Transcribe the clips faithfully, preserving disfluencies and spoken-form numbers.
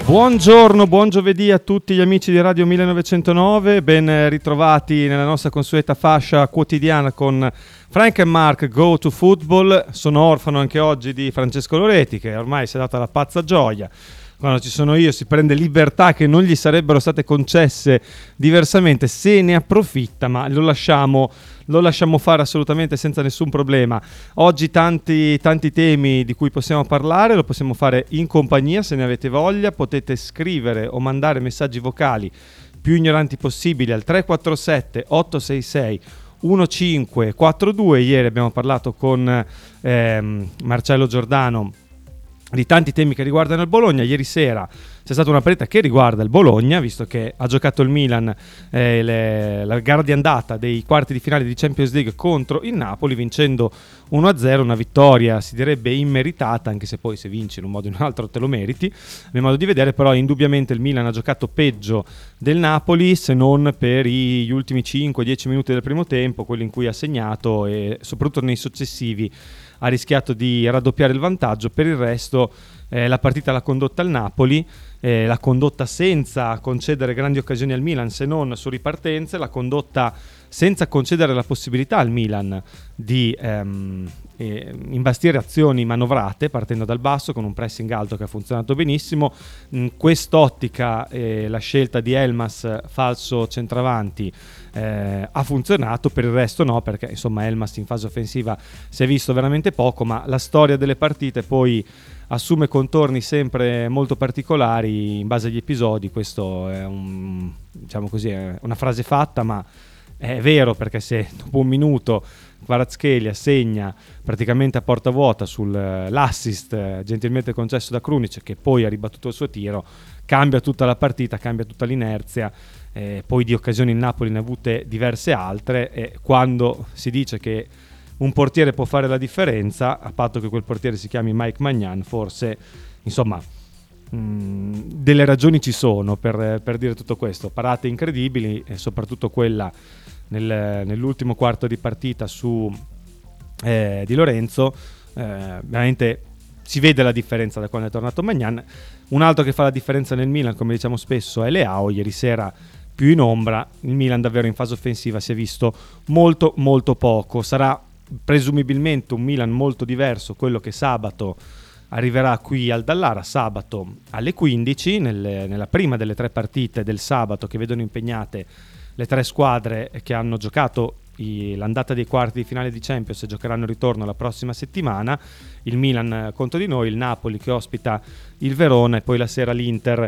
Buongiorno, buon giovedì a tutti gli amici di Radio millenovecentonove, ben ritrovati nella nostra consueta fascia quotidiana con Frank and Mark Go to Football. Sono orfano anche oggi di Francesco Loretti, che ormai si è data la pazza gioia. Quando ci sono io si prende libertà che non gli sarebbero state concesse diversamente, se ne approfitta, ma lo lasciamo, lo lasciamo fare assolutamente senza nessun problema. Oggi tanti, tanti temi di cui possiamo parlare, lo possiamo fare in compagnia se ne avete voglia. Potete scrivere o mandare messaggi vocali più ignoranti possibili al tre quattro sette otto sei sei uno cinque quattro due. Ieri abbiamo parlato con ehm, Marcello Giordano di tanti temi che riguardano il Bologna. Ieri sera c'è stata una partita che riguarda il Bologna, visto che ha giocato il Milan eh, le, la gara di andata dei quarti di finale di Champions League contro il Napoli, vincendo uno a zero, una vittoria si direbbe immeritata, anche se poi se vinci in un modo o in un altro te lo meriti, a mio modo di vedere. Però indubbiamente il Milan ha giocato peggio del Napoli, se non per gli ultimi cinque dieci minuti del primo tempo, quelli in cui ha segnato, e soprattutto nei successivi ha rischiato di raddoppiare il vantaggio. Per il resto eh, la partita l'ha condotta il Napoli, eh, l'ha condotta senza concedere grandi occasioni al Milan, se non su ripartenze, l'ha condotta senza concedere la possibilità al Milan di ehm, eh, imbastire azioni manovrate partendo dal basso con un pressing alto che ha funzionato benissimo. In quest'ottica eh, la scelta di Elmas falso centravanti eh, ha funzionato, per il resto no, perché insomma Elmas in fase offensiva si è visto veramente poco, ma la storia delle partite poi assume contorni sempre molto particolari in base agli episodi. Questo è un, diciamo così, è una frase fatta, ma è vero, perché se dopo un minuto Kvaratskhelia segna praticamente a porta vuota sull'assist eh, gentilmente concesso da Krunic, che poi ha ribattuto il suo tiro, cambia tutta la partita, cambia tutta l'inerzia. Eh, poi di occasioni il Napoli ne ha avute diverse altre, e quando si dice che un portiere può fare la differenza, a patto che quel portiere si chiami Mike Maignan, forse insomma mh, delle ragioni ci sono per, per dire tutto questo. Parate incredibili, e soprattutto quella nel, nell'ultimo quarto di partita su eh, Di Lorenzo, eh, veramente si vede la differenza da quando è tornato Maignan. Un altro che fa la differenza nel Milan, come diciamo spesso, è Leao. Ieri sera più in ombra, il Milan davvero in fase offensiva si è visto molto molto poco. Sarà presumibilmente un Milan molto diverso quello che sabato arriverà qui al Dallara, sabato alle quindici, nelle, nella prima delle tre partite del sabato che vedono impegnate le tre squadre che hanno giocato i, l'andata dei quarti di finale di Champions e giocheranno il ritorno la prossima settimana. Il Milan contro di noi, il Napoli che ospita il Verona, e poi la sera l'Inter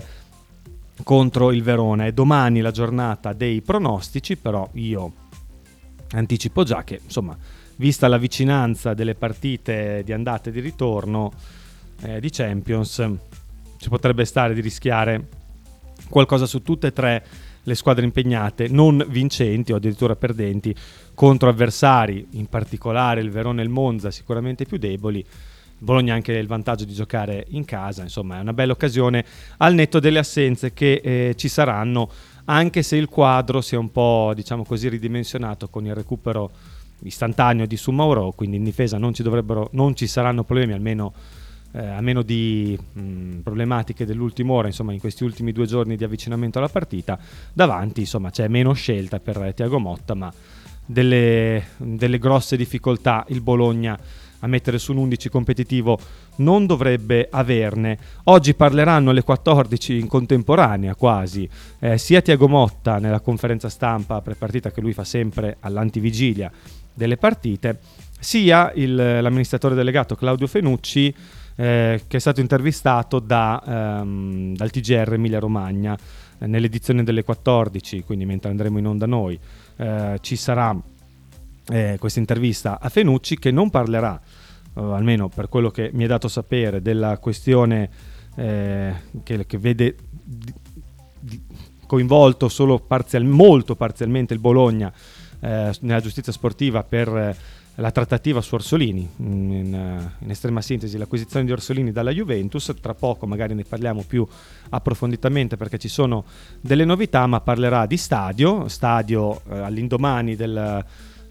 contro il Verona. E domani la giornata dei pronostici, però io anticipo già che insomma, vista la vicinanza delle partite di andata e di ritorno eh, di Champions, ci potrebbe stare di rischiare qualcosa su tutte e tre le squadre impegnate, non vincenti o addirittura perdenti, contro avversari, in particolare il Verona e il Monza, sicuramente più deboli. Il Bologna ha anche il vantaggio di giocare in casa, insomma è una bella occasione, al netto delle assenze che eh, ci saranno, anche se il quadro si è un po', diciamo così, ridimensionato con il recupero istantaneo di Sumaoro, quindi in difesa non ci dovrebbero, non ci saranno problemi, almeno eh, a meno di mh, problematiche dell'ultima ora, insomma in questi ultimi due giorni di avvicinamento alla partita. Davanti insomma c'è meno scelta per Thiago Motta, ma delle, delle grosse difficoltà il Bologna a mettere su un undici competitivo non dovrebbe averne. Oggi parleranno alle quattordici in contemporanea quasi eh, sia Thiago Motta nella conferenza stampa pre-partita che lui fa sempre all'antivigilia delle partite, sia il, l'amministratore delegato Claudio Fenucci eh, che è stato intervistato da, ehm, dal T G R Emilia Romagna eh, nell'edizione delle quattordici, quindi mentre andremo in onda noi eh, ci sarà eh, questa intervista a Fenucci, che non parlerà, eh, almeno per quello che mi è dato sapere, della questione eh, che, che vede di, di, coinvolto solo parzial, molto parzialmente il Bologna eh, nella giustizia sportiva per eh, la trattativa su Orsolini, in, in estrema sintesi l'acquisizione di Orsolini dalla Juventus. Tra poco magari ne parliamo più approfonditamente perché ci sono delle novità, ma parlerà di stadio, stadio eh, all'indomani del,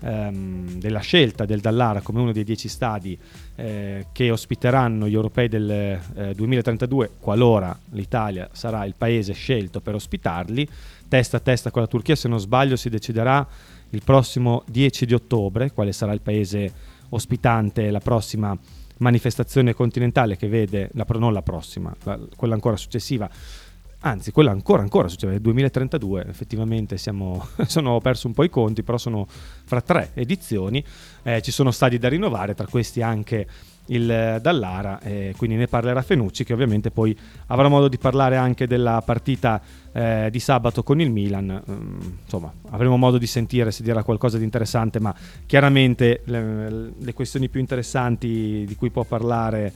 ehm, della scelta del Dallara come uno dei dieci stadi eh, che ospiteranno gli europei del eh, duemilatrentadue, qualora l'Italia sarà il paese scelto per ospitarli. Testa a testa con la Turchia, se non sbaglio si deciderà il prossimo dieci di ottobre quale sarà il paese ospitante la prossima manifestazione continentale, che vede la, non la prossima, la, quella ancora successiva, anzi quella ancora ancora successiva, nel duemilatrentadue. Effettivamente siamo sono ho perso un po' i conti, però sono fra tre edizioni. Eh, ci sono stadi da rinnovare, tra questi anche il Dallara, eh, quindi ne parlerà Fenucci, che ovviamente poi avrà modo di parlare anche della partita eh, di sabato con il Milan. Mm, insomma, avremo modo di sentire se dirà qualcosa di interessante, ma chiaramente le, le questioni più interessanti di cui può parlare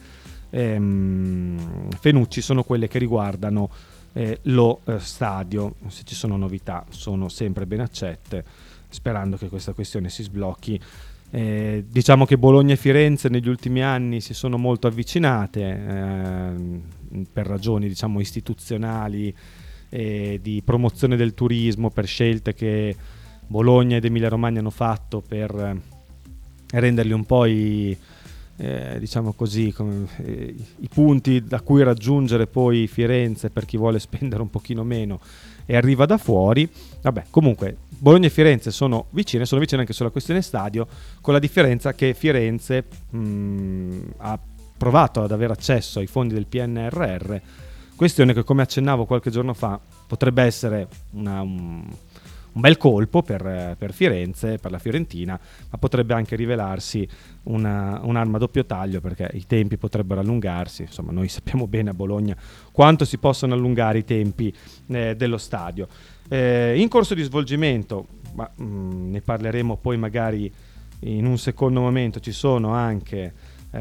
ehm, Fenucci sono quelle che riguardano eh, lo eh, stadio. Se ci sono novità sono sempre ben accette, sperando che questa questione si sblocchi. Eh, diciamo che Bologna e Firenze negli ultimi anni si sono molto avvicinate eh, per ragioni, diciamo, istituzionali e di promozione del turismo, per scelte che Bologna ed Emilia Romagna hanno fatto per eh, renderli un po' i, eh, diciamo così, come, eh, i punti da cui raggiungere poi Firenze per chi vuole spendere un pochino meno e arriva da fuori. Vabbè, comunque Bologna e Firenze sono vicine, sono vicine anche sulla questione stadio, con la differenza che Firenze mh, ha provato ad avere accesso ai fondi del P N R R, questione che, come accennavo qualche giorno fa, potrebbe essere una, un, un bel colpo per, per Firenze, per la Fiorentina, ma potrebbe anche rivelarsi una, un'arma a doppio taglio, perché i tempi potrebbero allungarsi. Insomma, noi sappiamo bene a Bologna quanto si possono allungare i tempi eh, dello stadio. Eh, in corso di svolgimento, ma mh, ne parleremo poi magari in un secondo momento, ci sono anche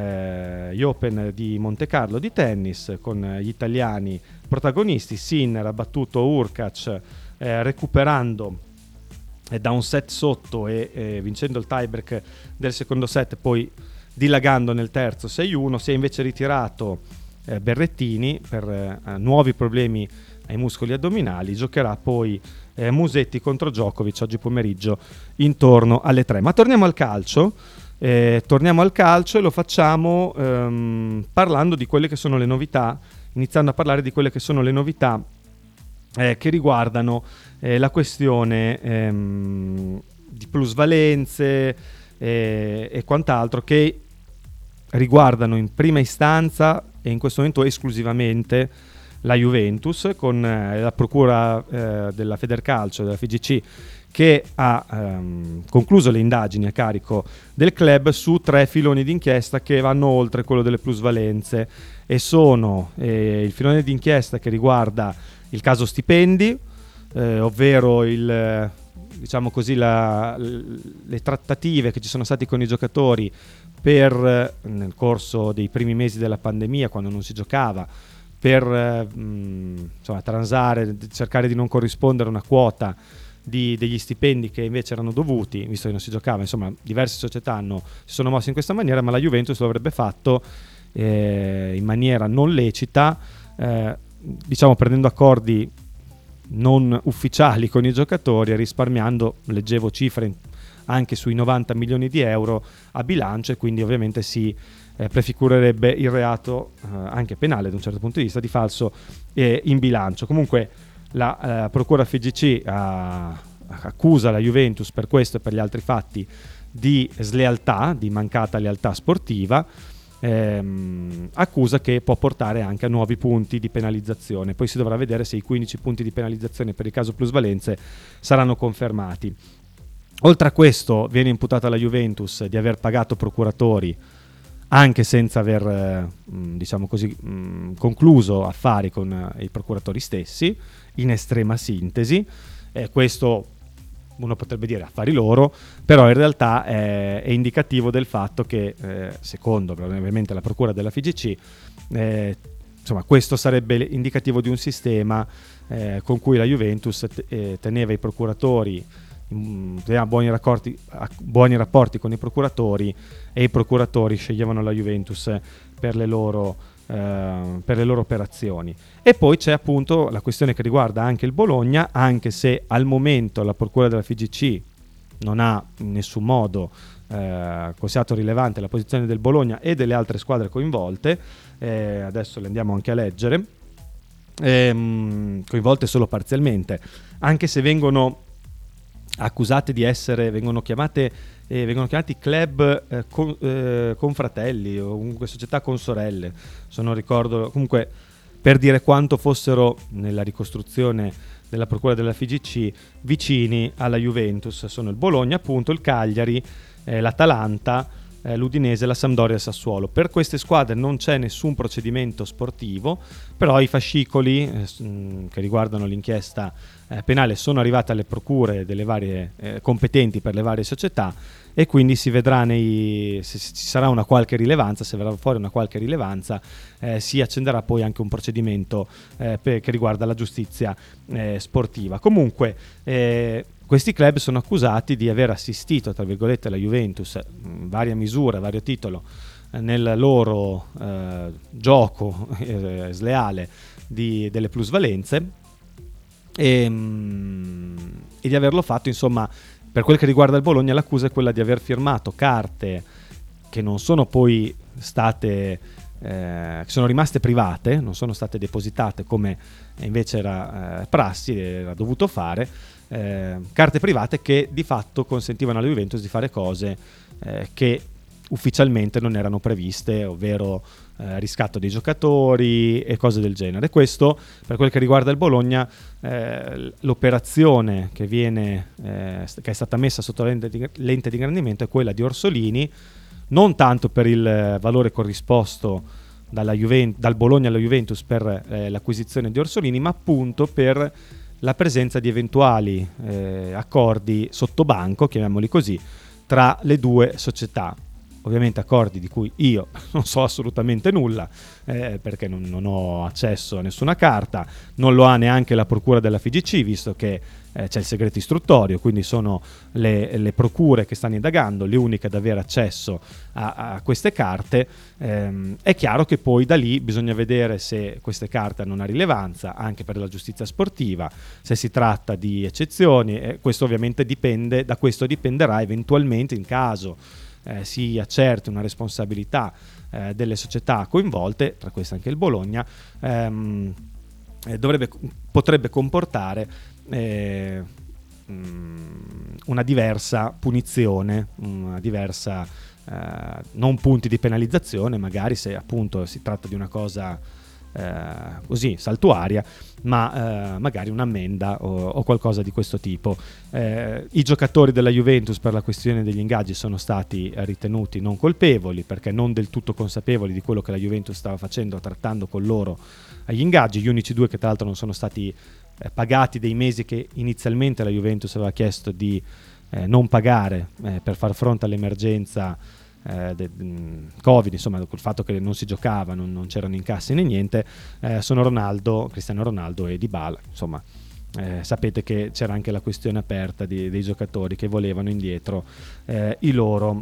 eh, gli Open di Monte Carlo di tennis, con gli italiani protagonisti. Sinner ha battuto Urkac eh, recuperando eh, da un set sotto e eh, vincendo il tiebreak del secondo set, poi dilagando nel terzo sei uno. Si è invece ritirato eh, Berrettini per eh, nuovi problemi ai muscoli addominali. Giocherà poi eh, Musetti contro Djokovic oggi pomeriggio intorno alle tre. Ma torniamo al calcio, eh, torniamo al calcio e lo facciamo ehm, parlando di quelle che sono le novità, iniziando a parlare di quelle che sono le novità eh, che riguardano eh, la questione ehm, di plusvalenze eh, e quant'altro, che riguardano in prima istanza e in questo momento esclusivamente la Juventus, con eh, la procura eh, della Federcalcio, della F I G C, che ha ehm, concluso le indagini a carico del club su tre filoni d'inchiesta che vanno oltre quello delle plusvalenze, e sono eh, il filone d'inchiesta che riguarda il caso stipendi, eh, ovvero il, diciamo così, la, le trattative che ci sono state con i giocatori per, nel corso dei primi mesi della pandemia, quando non si giocava, per eh, mh, insomma, transare, cercare di non corrispondere una quota di, degli stipendi che invece erano dovuti, visto che non si giocava. Insomma, diverse società hanno, si sono mosse in questa maniera, ma la Juventus lo avrebbe fatto eh, in maniera non lecita, eh, diciamo prendendo accordi non ufficiali con i giocatori e risparmiando, leggevo cifre anche sui novanta milioni di euro a bilancio, e quindi ovviamente si eh, prefigurerebbe il reato eh, anche penale da un certo punto di vista di falso eh, in bilancio. Comunque la eh, procura F I G C ha, accusa la Juventus per questo e per gli altri fatti di slealtà, di mancata lealtà sportiva, ehm, accusa che può portare anche a nuovi punti di penalizzazione. Poi si dovrà vedere se i quindici punti di penalizzazione per il caso plusvalenze saranno confermati. Oltre a questo viene imputata alla Juventus di aver pagato procuratori anche senza aver eh, diciamo così mh, concluso affari con eh, i procuratori stessi, in estrema sintesi. Eh, questo uno potrebbe dire affari loro, però in realtà è, è indicativo del fatto che eh, secondo ovviamente la procura della F I G C eh, insomma questo sarebbe indicativo di un sistema eh, con cui la Juventus t- eh, teneva i procuratori, aveva buoni rapporti, buoni rapporti con i procuratori, e i procuratori sceglievano la Juventus per le loro eh, per le loro operazioni. E poi c'è appunto la questione che riguarda anche il Bologna, anche se al momento la procura della F I G C non ha in nessun modo eh, considerato rilevante la posizione del Bologna e delle altre squadre coinvolte, eh, adesso le andiamo anche a leggere, ehm, coinvolte solo parzialmente, anche se vengono accusate di essere, vengono chiamate eh, vengono chiamati club eh, con, eh, confratelli o comunque società consorelle, se non ricordo, comunque per dire quanto fossero nella ricostruzione della procura della F I G C vicini alla Juventus. Sono il Bologna, appunto, il Cagliari, eh, l'Atalanta, eh, l'Udinese, la Sampdoria e il Sassuolo. Per queste squadre non c'è nessun procedimento sportivo, però i fascicoli eh, che riguardano l'inchiesta eh, penale sono arrivati alle procure delle varie eh, competenti per le varie società, e quindi si vedrà nei, se ci sarà una qualche rilevanza, se verrà fuori una qualche rilevanza, eh, si accenderà poi anche un procedimento eh, per, che riguarda la giustizia eh, sportiva. Comunque eh, questi club sono accusati di aver assistito, tra virgolette, la Juventus in varia misura, a vario titolo, eh, nel loro eh, gioco eh, sleale di, delle plusvalenze, e, mm, e di averlo fatto, insomma. Per quel che riguarda il Bologna, l'accusa è quella di aver firmato carte che non sono poi state, eh, che sono rimaste private, non sono state depositate come invece era eh, prassi, era dovuto fare, eh, carte private che di fatto consentivano alla Juventus di fare cose eh, che ufficialmente non erano previste, ovvero eh, riscatto dei giocatori e cose del genere. Questo, per quel che riguarda il Bologna, eh, l'operazione che viene eh, che è stata messa sotto lente di, lente di ingrandimento è quella di Orsolini, non tanto per il valore corrisposto dalla Juventus, dal Bologna alla Juventus per eh, l'acquisizione di Orsolini, ma appunto per la presenza di eventuali eh, accordi sottobanco, chiamiamoli così, tra le due società. Ovviamente accordi di cui io non so assolutamente nulla, eh, perché non, non ho accesso a nessuna carta, non lo ha neanche la procura della F I G C, visto che eh, c'è il segreto istruttorio, quindi sono le, le procure che stanno indagando le uniche ad avere accesso a, a queste carte. Ehm, è chiaro che poi da lì bisogna vedere se queste carte hanno una rilevanza anche per la giustizia sportiva, se si tratta di eccezioni, e questo ovviamente dipende, da questo dipenderà eventualmente, in caso Eh, si accerti una responsabilità eh, delle società coinvolte, tra queste anche il Bologna, ehm, eh, dovrebbe, potrebbe comportare eh, mh, una diversa punizione, una diversa, eh, non punti di penalizzazione, magari se appunto si tratta di una cosa eh, così saltuaria, ma eh, magari un'ammenda o, o qualcosa di questo tipo. Eh, I giocatori della Juventus per la questione degli ingaggi sono stati ritenuti non colpevoli, perché non del tutto consapevoli di quello che la Juventus stava facendo trattando con loro agli ingaggi, gli unici due che tra l'altro non sono stati eh, pagati dei mesi che inizialmente la Juventus aveva chiesto di eh, non pagare eh, per far fronte all'emergenza Eh, de, mh, Covid, insomma, col fatto che non si giocava, non, non c'erano incassi né niente, eh, sono Ronaldo, Cristiano Ronaldo e Dybala. Insomma, eh, sapete che c'era anche la questione aperta di, dei giocatori che volevano indietro eh, i loro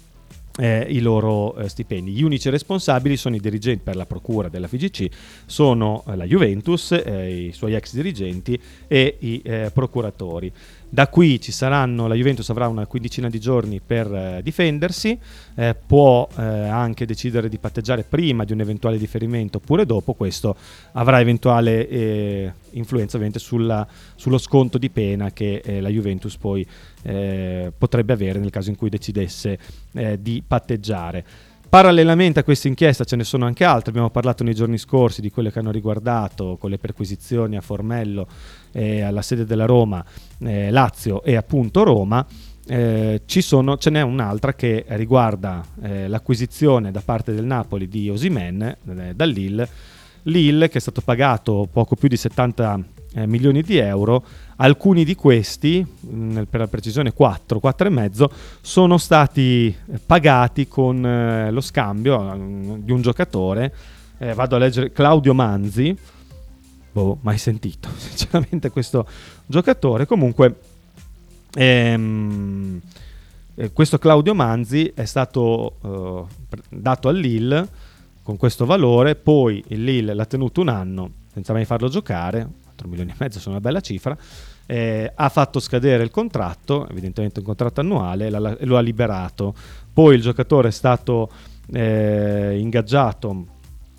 Eh, i loro eh, stipendi. Gli unici responsabili sono i dirigenti per la procura della F I G C, sono eh, la Juventus, eh, i suoi ex dirigenti e i eh, procuratori. Da qui ci saranno, la Juventus avrà una quindicina di giorni per eh, difendersi, eh, può eh, anche decidere di patteggiare prima di un eventuale differimento oppure dopo. Questo avrà eventuale eh, influenza ovviamente sulla, sullo sconto di pena che eh, la Juventus poi eh, potrebbe avere nel caso in cui decidesse eh, di patteggiare. Parallelamente a questa inchiesta ce ne sono anche altre, abbiamo parlato nei giorni scorsi di quelle che hanno riguardato con le perquisizioni a Formello, eh, alla sede della Roma, eh, Lazio e appunto Roma. Eh, ci sono, ce n'è un'altra che riguarda eh, l'acquisizione da parte del Napoli di Osimhen eh, dal Lille, Lille che è stato pagato poco più di settanta eh, milioni di euro. Alcuni di questi, mh, per la precisione quattro, quattro e mezzo, sono stati pagati con eh, lo scambio uh, di un giocatore, eh, vado a leggere, Claudio Manzi, boh, mai sentito sinceramente questo giocatore. Comunque ehm, eh, questo Claudio Manzi è stato uh, dato al Lille con questo valore, poi il Lille l'ha tenuto un anno senza mai farlo giocare, quattro milioni e mezzo sono una bella cifra, eh, ha fatto scadere il contratto, evidentemente un contratto annuale, e lo ha liberato. Poi il giocatore è stato eh, ingaggiato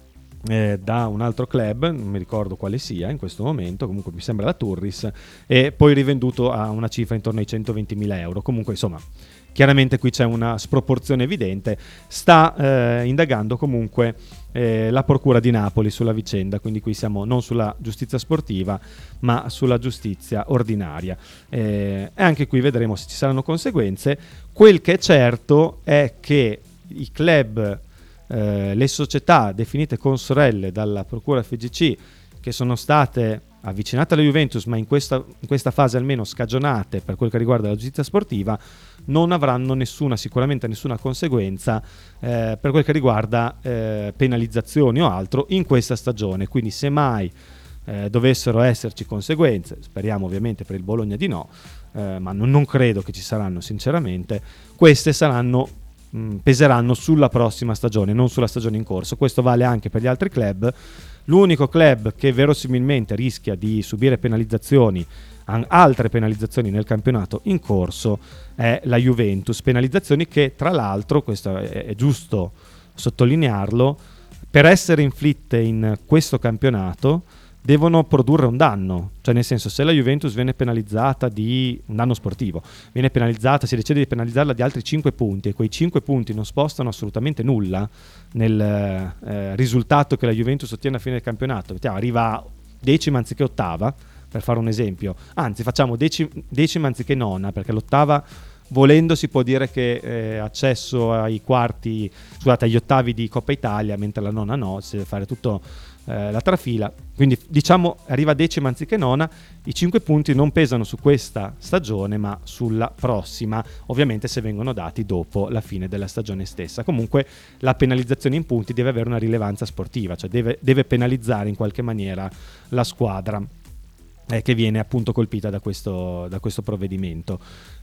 Eh, da un altro club, non mi ricordo quale sia in questo momento, comunque mi sembra la Turris, e poi rivenduto a una cifra intorno ai centoventimila euro. Comunque insomma, chiaramente qui c'è una sproporzione evidente. Sta eh, indagando comunque eh, la procura di Napoli sulla vicenda, quindi qui siamo non sulla giustizia sportiva ma sulla giustizia ordinaria, eh, e anche qui vedremo se ci saranno conseguenze. Quel che è certo è che i club, Eh, le società definite consorelle dalla procura F G C, che sono state avvicinate alla Juventus ma in questa, in questa fase almeno scagionate per quel che riguarda la giustizia sportiva, non avranno nessuna, sicuramente nessuna conseguenza eh, per quel che riguarda eh, penalizzazioni o altro in questa stagione. Quindi se mai eh, dovessero esserci conseguenze, speriamo ovviamente per il Bologna di no, eh, ma non, non credo che ci saranno sinceramente, queste saranno peseranno sulla prossima stagione, non sulla stagione in corso. Questo vale anche per gli altri club. L'unico club che verosimilmente rischia di subire penalizzazioni, altre penalizzazioni nel campionato in corso, è la Juventus. Penalizzazioni che, tra l'altro, questo è, è giusto sottolinearlo, per essere inflitte in questo campionato devono produrre un danno, cioè nel senso, se la Juventus viene penalizzata di un danno sportivo, viene penalizzata, si decide di penalizzarla di altri cinque punti e quei cinque punti non spostano assolutamente nulla nel eh, risultato che la Juventus ottiene a fine del campionato, arriva decima anziché ottava, per fare un esempio, anzi facciamo deci, decima anziché nona, perché l'ottava volendo si può dire che eh, accesso ai quarti, scusate, agli ottavi di Coppa Italia, mentre la nona no, si deve fare tutto eh, la trafila, quindi diciamo arriva decima anziché nona. I cinque punti non pesano su questa stagione ma sulla prossima, ovviamente se vengono dati dopo la fine della stagione stessa. Comunque la penalizzazione in punti deve avere una rilevanza sportiva, cioè deve, deve penalizzare in qualche maniera la squadra eh, che viene appunto colpita da questo, da questo provvedimento.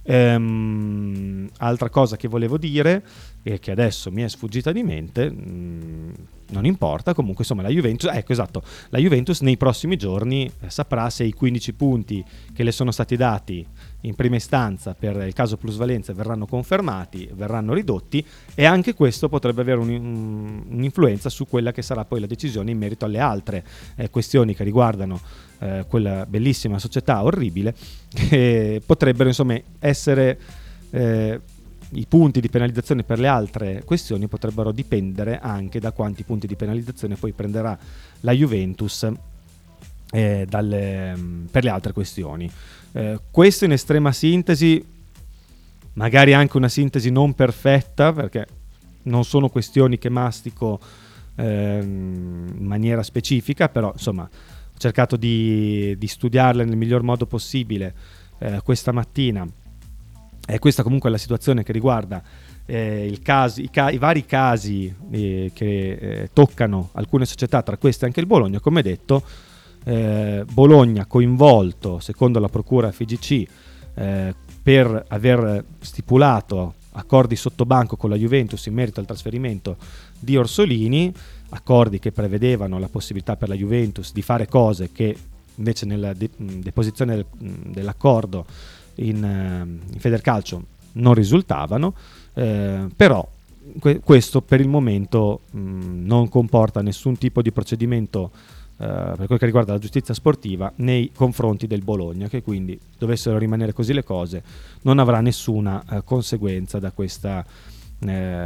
Ehm, altra cosa che volevo dire e che adesso mi è sfuggita di mente, mh, non importa, comunque insomma la Juventus, ecco esatto, la Juventus nei prossimi giorni eh, saprà se i quindici punti che le sono stati dati in prima istanza per il caso plusvalenza verranno confermati, verranno ridotti, e anche questo potrebbe avere un, un, un'influenza su quella che sarà poi la decisione in merito alle altre eh, questioni che riguardano eh, quella bellissima società orribile, che potrebbero insomma essere eh, i punti di penalizzazione per le altre questioni potrebbero dipendere anche da quanti punti di penalizzazione poi prenderà la Juventus eh, dalle, per le altre questioni. Eh, questo in estrema sintesi, magari anche una sintesi non perfetta, perché non sono questioni che mastico eh, in maniera specifica, però insomma ho cercato di, di studiarle nel miglior modo possibile eh, questa mattina. E questa comunque è la situazione che riguarda eh, il caso, i, ca- i vari casi eh, che eh, toccano alcune società, tra queste anche il Bologna, come detto. Eh, Bologna coinvolto, secondo la procura F G C, eh, per aver stipulato accordi sottobanco con la Juventus in merito al trasferimento di Orsolini, accordi che prevedevano la possibilità per la Juventus di fare cose che invece nella de- deposizione del, dell'accordo in, in Federcalcio non risultavano, eh, però que- questo per il momento mh, non comporta nessun tipo di procedimento Uh, per quel che riguarda la giustizia sportiva nei confronti del Bologna, che quindi, dovessero rimanere così le cose, non avrà nessuna uh, conseguenza da questa, uh,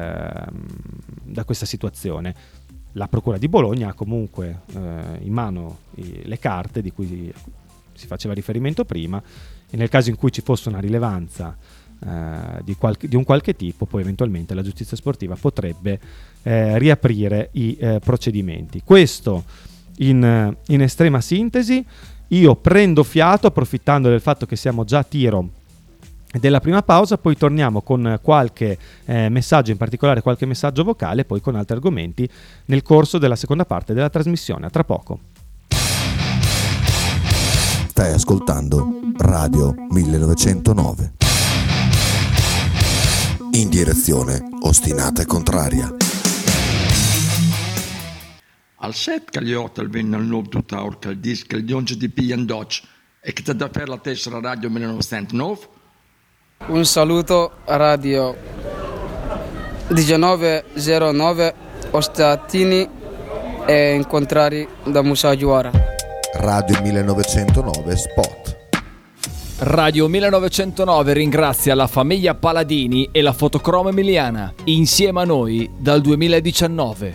da questa situazione. La procura di Bologna ha comunque uh, in mano i, le carte di cui si, si faceva riferimento prima, e nel caso in cui ci fosse una rilevanza uh, di, qualche, di un qualche tipo, poi eventualmente la giustizia sportiva potrebbe uh, riaprire i uh, procedimenti. Questo In, in estrema sintesi. Io prendo fiato approfittando del fatto che siamo già a tiro della prima pausa, poi torniamo con qualche eh, messaggio, in particolare qualche messaggio vocale, poi con altri argomenti nel corso della seconda parte della trasmissione. A tra poco. Stai ascoltando Radio millenovecentonove, in direzione ostinata e contraria. Al set kan je återvinna en lov totalt kal disk kal jonge de pian dodge. e che da per la tessera Radio millenovecentonove. Un saluto a Radio diciannove zero nove Ostatini e incontrari da Musa Giuara. Radio millenovecentonove Spot. Radio millenovecentonove ringrazia la famiglia Paladini e la Fotocromo Emiliana, insieme a noi dal duemiladiciannove.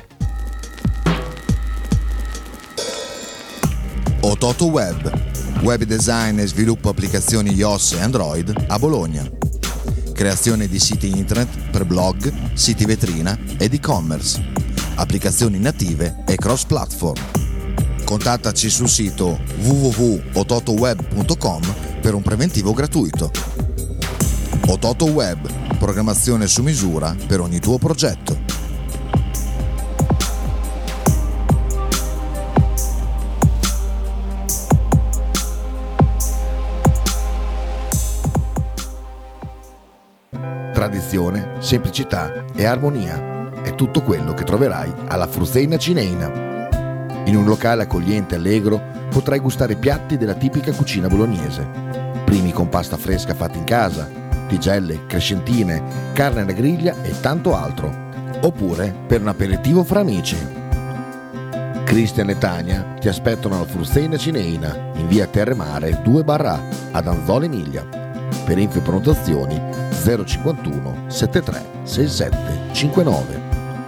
Ototo Web, web design e sviluppo applicazioni iOS e Android a Bologna. Creazione di siti internet per blog, siti vetrina ed e-commerce, applicazioni native e cross-platform. Contattaci sul sito w w w punto ototoweb punto com per un preventivo gratuito. Ototo Web, programmazione su misura per ogni tuo progetto. Tradizione, semplicità e armonia è tutto quello che troverai alla Fruzeina Cineina. In un locale accogliente e allegro potrai gustare piatti della tipica cucina bolognese. Primi con pasta fresca fatta in casa, tigelle, crescentine, carne alla griglia e tanto altro. Oppure per un aperitivo fra amici. Cristian e Tania ti aspettano alla Fruzeina Cineina in via Terremare due barra A ad Anzola Emilia. Per info e prenotazioni zero cinquantuno settantatré sessantasette cinquantanove.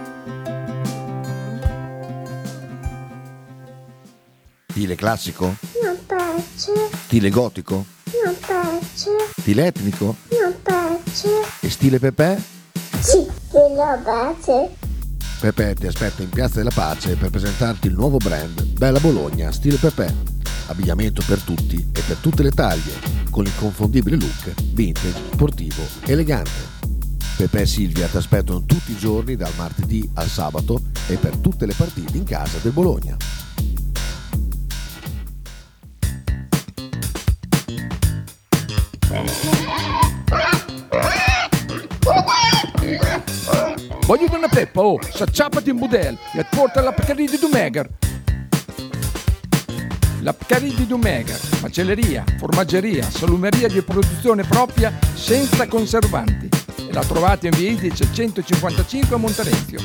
Stile classico? Non piace. Stile gotico? Non piace. Stile etnico? Non piace. E stile Pepe? Sì, lo piace. Pepe ti aspetta in Piazza della Pace per presentarti il nuovo brand Bella Bologna Stile Pepe. Abbigliamento per tutti e per tutte le taglie, con l'inconfondibile look vintage, sportivo, elegante. Pepe e Silvia ti aspettano tutti i giorni dal martedì al sabato e per tutte le partite in casa del Bologna. Voglio una peppa, oh, s'acciappati in budel e porta la Pcaridi di Dumegar. La Pcaridi di Dumegar, macelleria, formaggeria, salumeria di produzione propria senza conservanti. E la trovate in via Idice centocinquantacinque a Monterezio.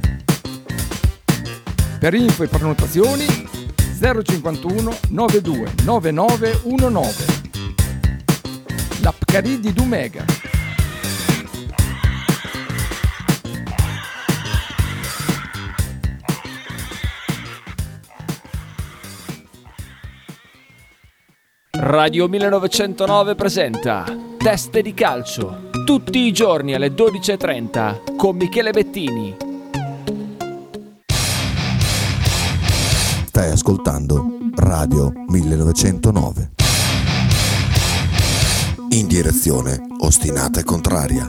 Per info e prenotazioni zero cinquantuno novantadue novantanove diciannove. La Pcaridi di Dumegar. Radio millenovecentonove presenta Teste di calcio, tutti i giorni alle dodici e trenta con Michele Bettini. Stai ascoltando Radio millenovecentonove. In direzione ostinata e contraria.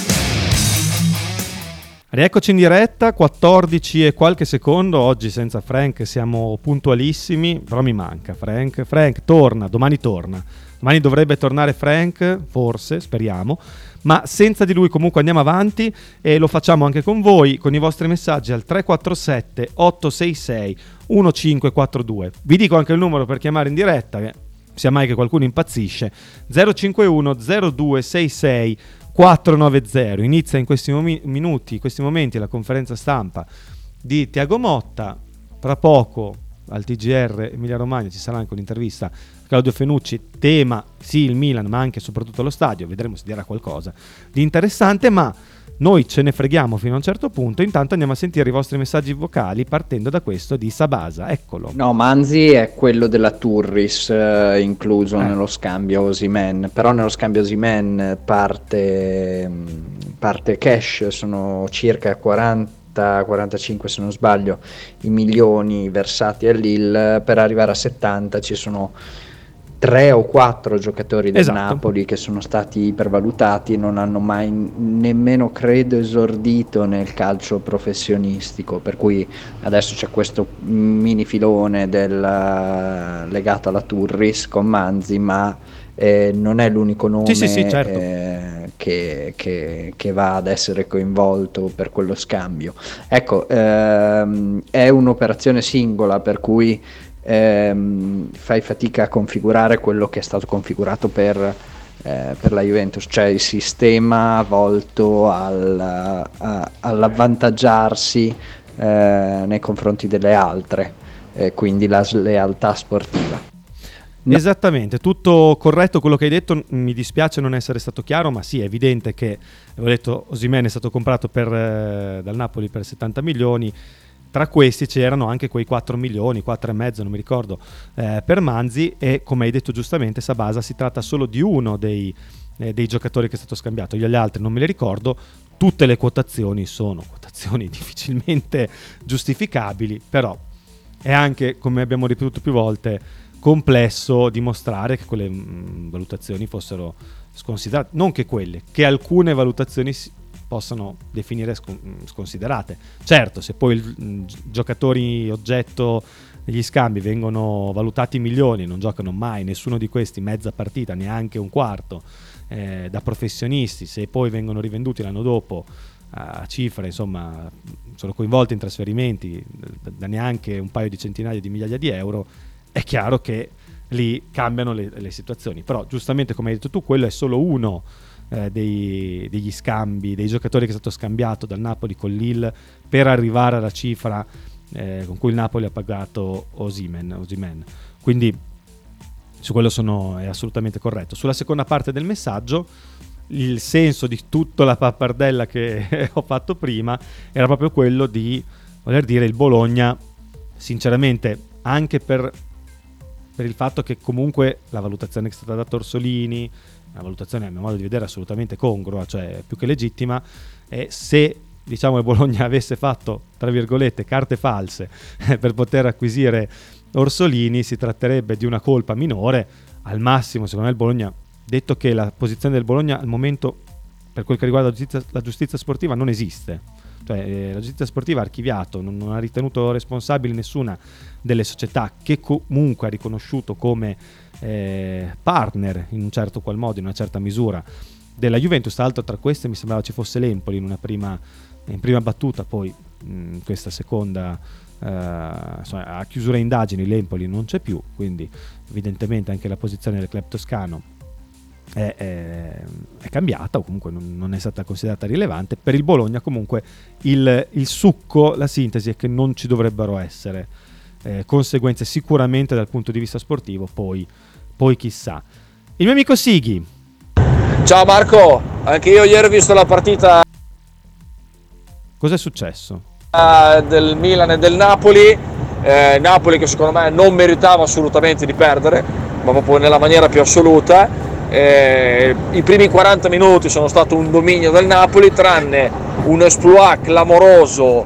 Rieccoci in diretta, quattordici e qualche secondo, oggi senza Frank siamo puntualissimi, però mi manca Frank. Frank torna, domani torna, domani dovrebbe tornare Frank, forse, speriamo, ma senza di lui comunque andiamo avanti e lo facciamo anche con voi, con i vostri messaggi al tre quattro sette otto sei sei uno cinque quattro due. Vi dico anche il numero per chiamare in diretta, che sia mai che qualcuno impazzisce, zero cinque uno zero due sei sei quattro nove zero. Inizia in questi momi- minuti, in questi momenti la conferenza stampa di Tiago Motta. Tra poco al T G R Emilia Romagna ci sarà anche un'intervista a Claudio Fenucci, tema sì il Milan ma anche e soprattutto lo stadio, vedremo se dirà qualcosa di interessante, ma noi ce ne freghiamo fino a un certo punto. Intanto andiamo a sentire i vostri messaggi vocali partendo da questo di Sabasa, eccolo. No, Manzi è quello della Turris eh, incluso Eh. nello scambio Osimhen, però nello scambio Osimhen parte, parte cash, sono circa quaranta quarantacinque se non sbaglio i milioni versati a Lille, per arrivare a settanta ci sono tre o quattro giocatori del Esatto. Napoli che sono stati ipervalutati, non hanno mai nemmeno credo esordito nel calcio professionistico, per cui adesso c'è questo mini filone del, legato alla Turris con Manzi, ma eh, non è l'unico nome Sì, sì, sì, certo. eh, che, che, che va ad essere coinvolto per quello scambio. Ecco, ehm, è un'operazione singola, per cui ehm, fai fatica a configurare quello che è stato configurato per, eh, per la Juventus, cioè il sistema volto al, a, all'avvantaggiarsi eh, nei confronti delle altre, eh, quindi la slealtà sportiva. No. Esattamente, tutto corretto quello che hai detto. Mi dispiace non essere stato chiaro, ma sì, è evidente che, avevo detto, Osimhen è stato comprato per, eh, dal Napoli per settanta milioni. Tra questi c'erano anche quei quattro milioni, quattro e mezzo, non mi ricordo, eh, per Manzi, e come hai detto giustamente Sabasa, si tratta solo di uno dei, eh, dei giocatori che è stato scambiato. Gli altri non me li ricordo. Tutte le quotazioni sono quotazioni difficilmente giustificabili, però è anche, come abbiamo ripetuto più volte, complesso dimostrare che quelle mh, valutazioni fossero sconsiderate, non che quelle, che alcune valutazioni si possano definire scon- sconsiderate. Certo, se poi i giocatori oggetto degli scambi vengono valutati milioni, non giocano mai nessuno di questi mezza partita, neanche un quarto, eh, da professionisti, se poi vengono rivenduti l'anno dopo a cifre, insomma, sono coinvolti in trasferimenti da, da neanche un paio di centinaia di migliaia di euro, è chiaro che lì cambiano le, le situazioni. Però giustamente, come hai detto tu, quello è solo uno eh, dei, degli scambi, dei giocatori che è stato scambiato dal Napoli con Lille per arrivare alla cifra eh, con cui il Napoli ha pagato Osimhen, Osimhen. Quindi su quello sono, è assolutamente corretto. Sulla seconda parte del messaggio, il senso di tutta la pappardella che ho fatto prima era proprio quello di voler dire il Bologna, sinceramente, anche per per il fatto che comunque la valutazione che è stata data a Orsolini, una valutazione a mio modo di vedere assolutamente congrua, cioè più che legittima, e se diciamo il Bologna avesse fatto, tra virgolette, carte false per poter acquisire Orsolini, si tratterebbe di una colpa minore. Al massimo, secondo me, il Bologna, detto che la posizione del Bologna al momento per quel che riguarda la giustizia, la giustizia sportiva non esiste, cioè eh, la giustizia sportiva ha archiviato, non, non ha ritenuto responsabile nessuna delle società che comunque ha riconosciuto come eh, partner in un certo qual modo, in una certa misura, della Juventus. Tra l'altro tra queste mi sembrava ci fosse l'Empoli in una prima, in prima battuta, poi in questa seconda eh, insomma, a chiusura indagini l'Empoli non c'è più, quindi evidentemente anche la posizione del club toscano È, è, è cambiata, o comunque non, non è stata considerata rilevante. Per il Bologna comunque il, il succo, la sintesi è che non ci dovrebbero essere eh, conseguenze sicuramente dal punto di vista sportivo, poi, poi chissà. Il mio amico Sighi. Ciao Marco, anche io ieri ho visto la partita. Cos'è successo? Uh, del Milan e del Napoli, eh, Napoli che secondo me non meritava assolutamente di perdere, ma proprio nella maniera più assoluta. Eh, i primi quaranta minuti sono stato un dominio del Napoli, tranne un exploit clamoroso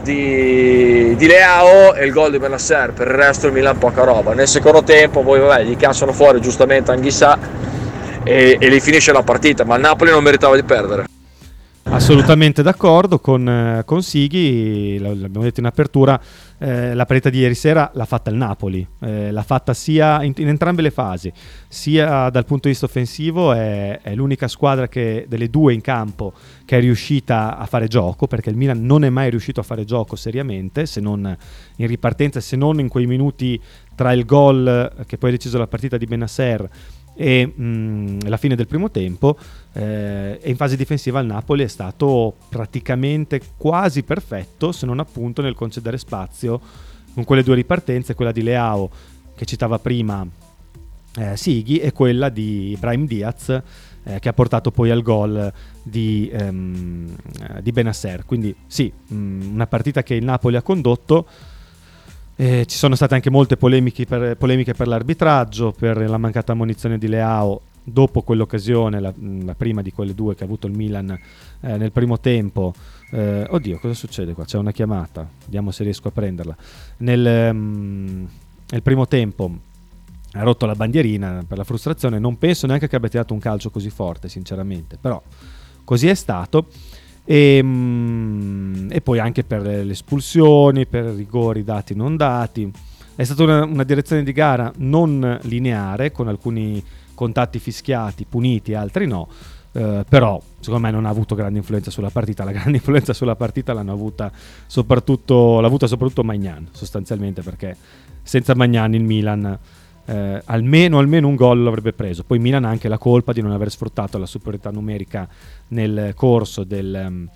di, di Leao e il gol di Benasser. Per il resto il Milan poca roba. Nel secondo tempo poi vabbè, gli cacciano fuori giustamente Anghissà e, e li finisce la partita, ma il Napoli non meritava di perdere. Assolutamente d'accordo con, eh, con Sighi, l'abbiamo detto in apertura, eh, la partita di ieri sera l'ha fatta il Napoli, eh, l'ha fatta sia in, in entrambe le fasi, sia dal punto di vista offensivo, è, è l'unica squadra che, delle due in campo, che è riuscita a fare gioco, perché il Milan non è mai riuscito a fare gioco seriamente, se non in ripartenza, se non in quei minuti tra il gol che poi ha deciso la partita di Benasser e mh, la fine del primo tempo, eh, e in fase difensiva il Napoli è stato praticamente quasi perfetto, se non appunto nel concedere spazio con quelle due ripartenze, quella di Leao che citava prima eh, Sighi e quella di Brahim Diaz eh, che ha portato poi al gol di, ehm, di Benasser. Quindi sì, mh, una partita che il Napoli ha condotto. Eh, ci sono state anche molte polemiche per, polemiche per l'arbitraggio, per la mancata ammonizione di Leao dopo quell'occasione, la, la prima di quelle due che ha avuto il Milan eh, nel primo tempo. Eh, oddio, cosa succede qua? C'è una chiamata, vediamo se riesco a prenderla. Nel, um, nel primo tempo ha rotto la bandierina per la frustrazione, non penso neanche che abbia tirato un calcio così forte, sinceramente, però così è stato. E, mm, e poi anche per le espulsioni, per rigori dati non dati. È stata una, una direzione di gara non lineare, con alcuni contatti fischiati, puniti, altri no, eh, però secondo me non ha avuto grande influenza sulla partita. La grande influenza sulla partita l'hanno avuta soprattutto l'ha avuta soprattutto Maignan, sostanzialmente, perché senza Maignan il Milan eh, almeno, almeno un gol l'avrebbe preso. Poi Milan ha anche la colpa di non aver sfruttato la superiorità numerica nel corso del,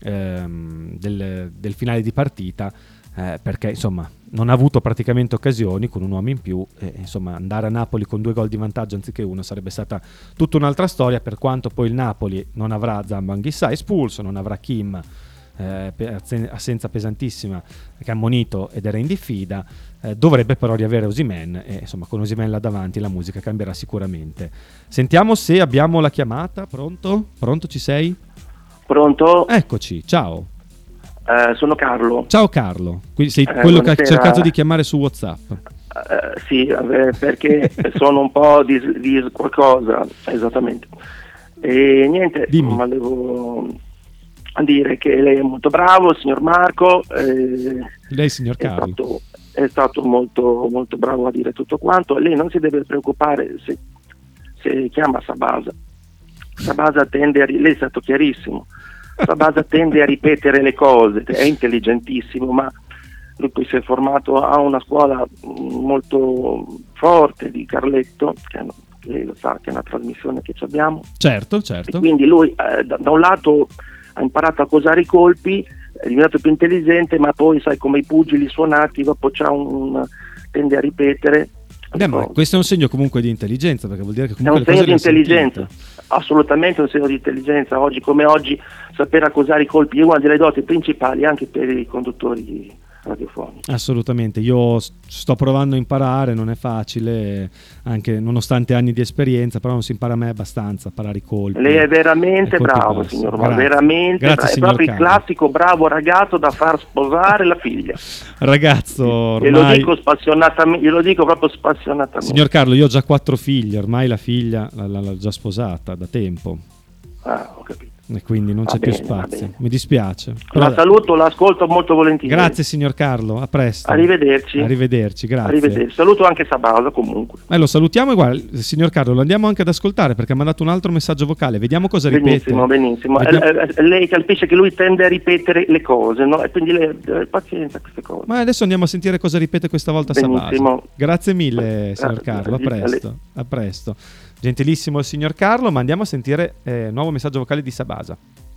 ehm, del, del finale di partita, eh, perché insomma non ha avuto praticamente occasioni con un uomo in più, e insomma andare a Napoli con due gol di vantaggio anziché uno sarebbe stata tutta un'altra storia, per quanto poi il Napoli non avrà Zambo Anguissa espulso, non avrà Kim, eh, assenza pesantissima, che ha ammonito ed era in diffida, eh, dovrebbe però riavere Osimhen, e insomma con Osimhen là davanti la musica cambierà sicuramente. Sentiamo se abbiamo la chiamata. Pronto? Pronto, ci sei? Pronto? Eccoci, ciao. Uh, sono Carlo. Ciao Carlo, quindi sei eh, quello buonasera. che ha cercato di chiamare su WhatsApp. Uh, sì, eh, perché sono un po' di, di qualcosa, esattamente. E niente, Dimmi. volevo dire che lei è molto bravo, il signor Marco. Eh, Lei, signor è Carlo. stato, è stato molto, molto bravo a dire tutto quanto. Lei non si deve preoccupare se, se chiama Sabasa. Sabasa tende a... Lei è stato chiarissimo. Sabasa tende a ripetere le cose, è intelligentissimo, ma lui poi si è formato a una scuola molto forte di Carletto, che è, lei lo sa che è una trasmissione che ci abbiamo. Certo, certo. E quindi lui eh, da, da un lato ha imparato a posare i colpi, è diventato più intelligente, ma poi sai, come i pugili suonati, dopo c'ha un, un tende a ripetere. Beh, ma questo è un segno comunque di intelligenza, perché vuol dire che È comunque un le segno cose di le ha intelligenza, sentite. assolutamente un segno di intelligenza. Oggi come oggi saper accusare i colpi è una delle doti principali anche per i conduttori radiofonici. Assolutamente, io s- sto provando a imparare, non è facile, anche nonostante anni di esperienza, però non si impara mai abbastanza a parare i colpi. Lei è veramente i colpi bravo, bassi. signor Ma, Grazie. veramente Grazie, bravo. È signor proprio il Carlo. classico bravo ragazzo da far sposare la figlia. Ragazzo, ormai... E lo dico spassionatamente, glielo dico proprio spassionatamente. Signor Carlo, io ho già quattro figlie, ormai la figlia l- l- l'ho già sposata da tempo. Ah, ho capito. E quindi non Va c'è bene, più va spazio. bene. Mi dispiace. La Però- saluto, l'ascolto molto volentieri. Grazie signor Carlo, a presto. Arrivederci. Arrivederci, grazie. Arrivederci. Saluto anche Sabasa comunque. Eh, lo salutiamo e guarda, signor Carlo, lo andiamo anche ad ascoltare perché ha mandato un altro messaggio vocale. Vediamo cosa Benissimo, ripete. benissimo. Vediamo- Eh, eh, lei capisce che lui tende a ripetere le cose, no? E quindi lei eh, pazienza a queste cose. Ma adesso andiamo a sentire cosa ripete questa volta Sabasa. Benissimo. Grazie mille, signor Grazie, Carlo. A grazie a lei. presto. A presto. Gentilissimo il signor Carlo, ma andiamo a sentire eh, nuovo messaggio vocale di Sabasa.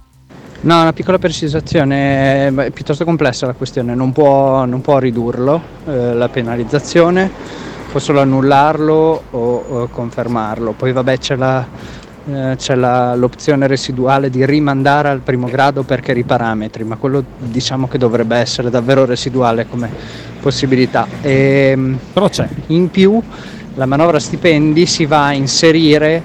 No, una piccola precisazione, è piuttosto complessa la questione, non può, non può ridurlo eh, la penalizzazione, può solo annullarlo o, o confermarlo. Poi vabbè c'è, la, eh, c'è la, l'opzione residuale di rimandare al primo grado per chiari parametri, ma quello diciamo che dovrebbe essere davvero residuale come possibilità. E, Però c'è. In più la manovra stipendi si va a inserire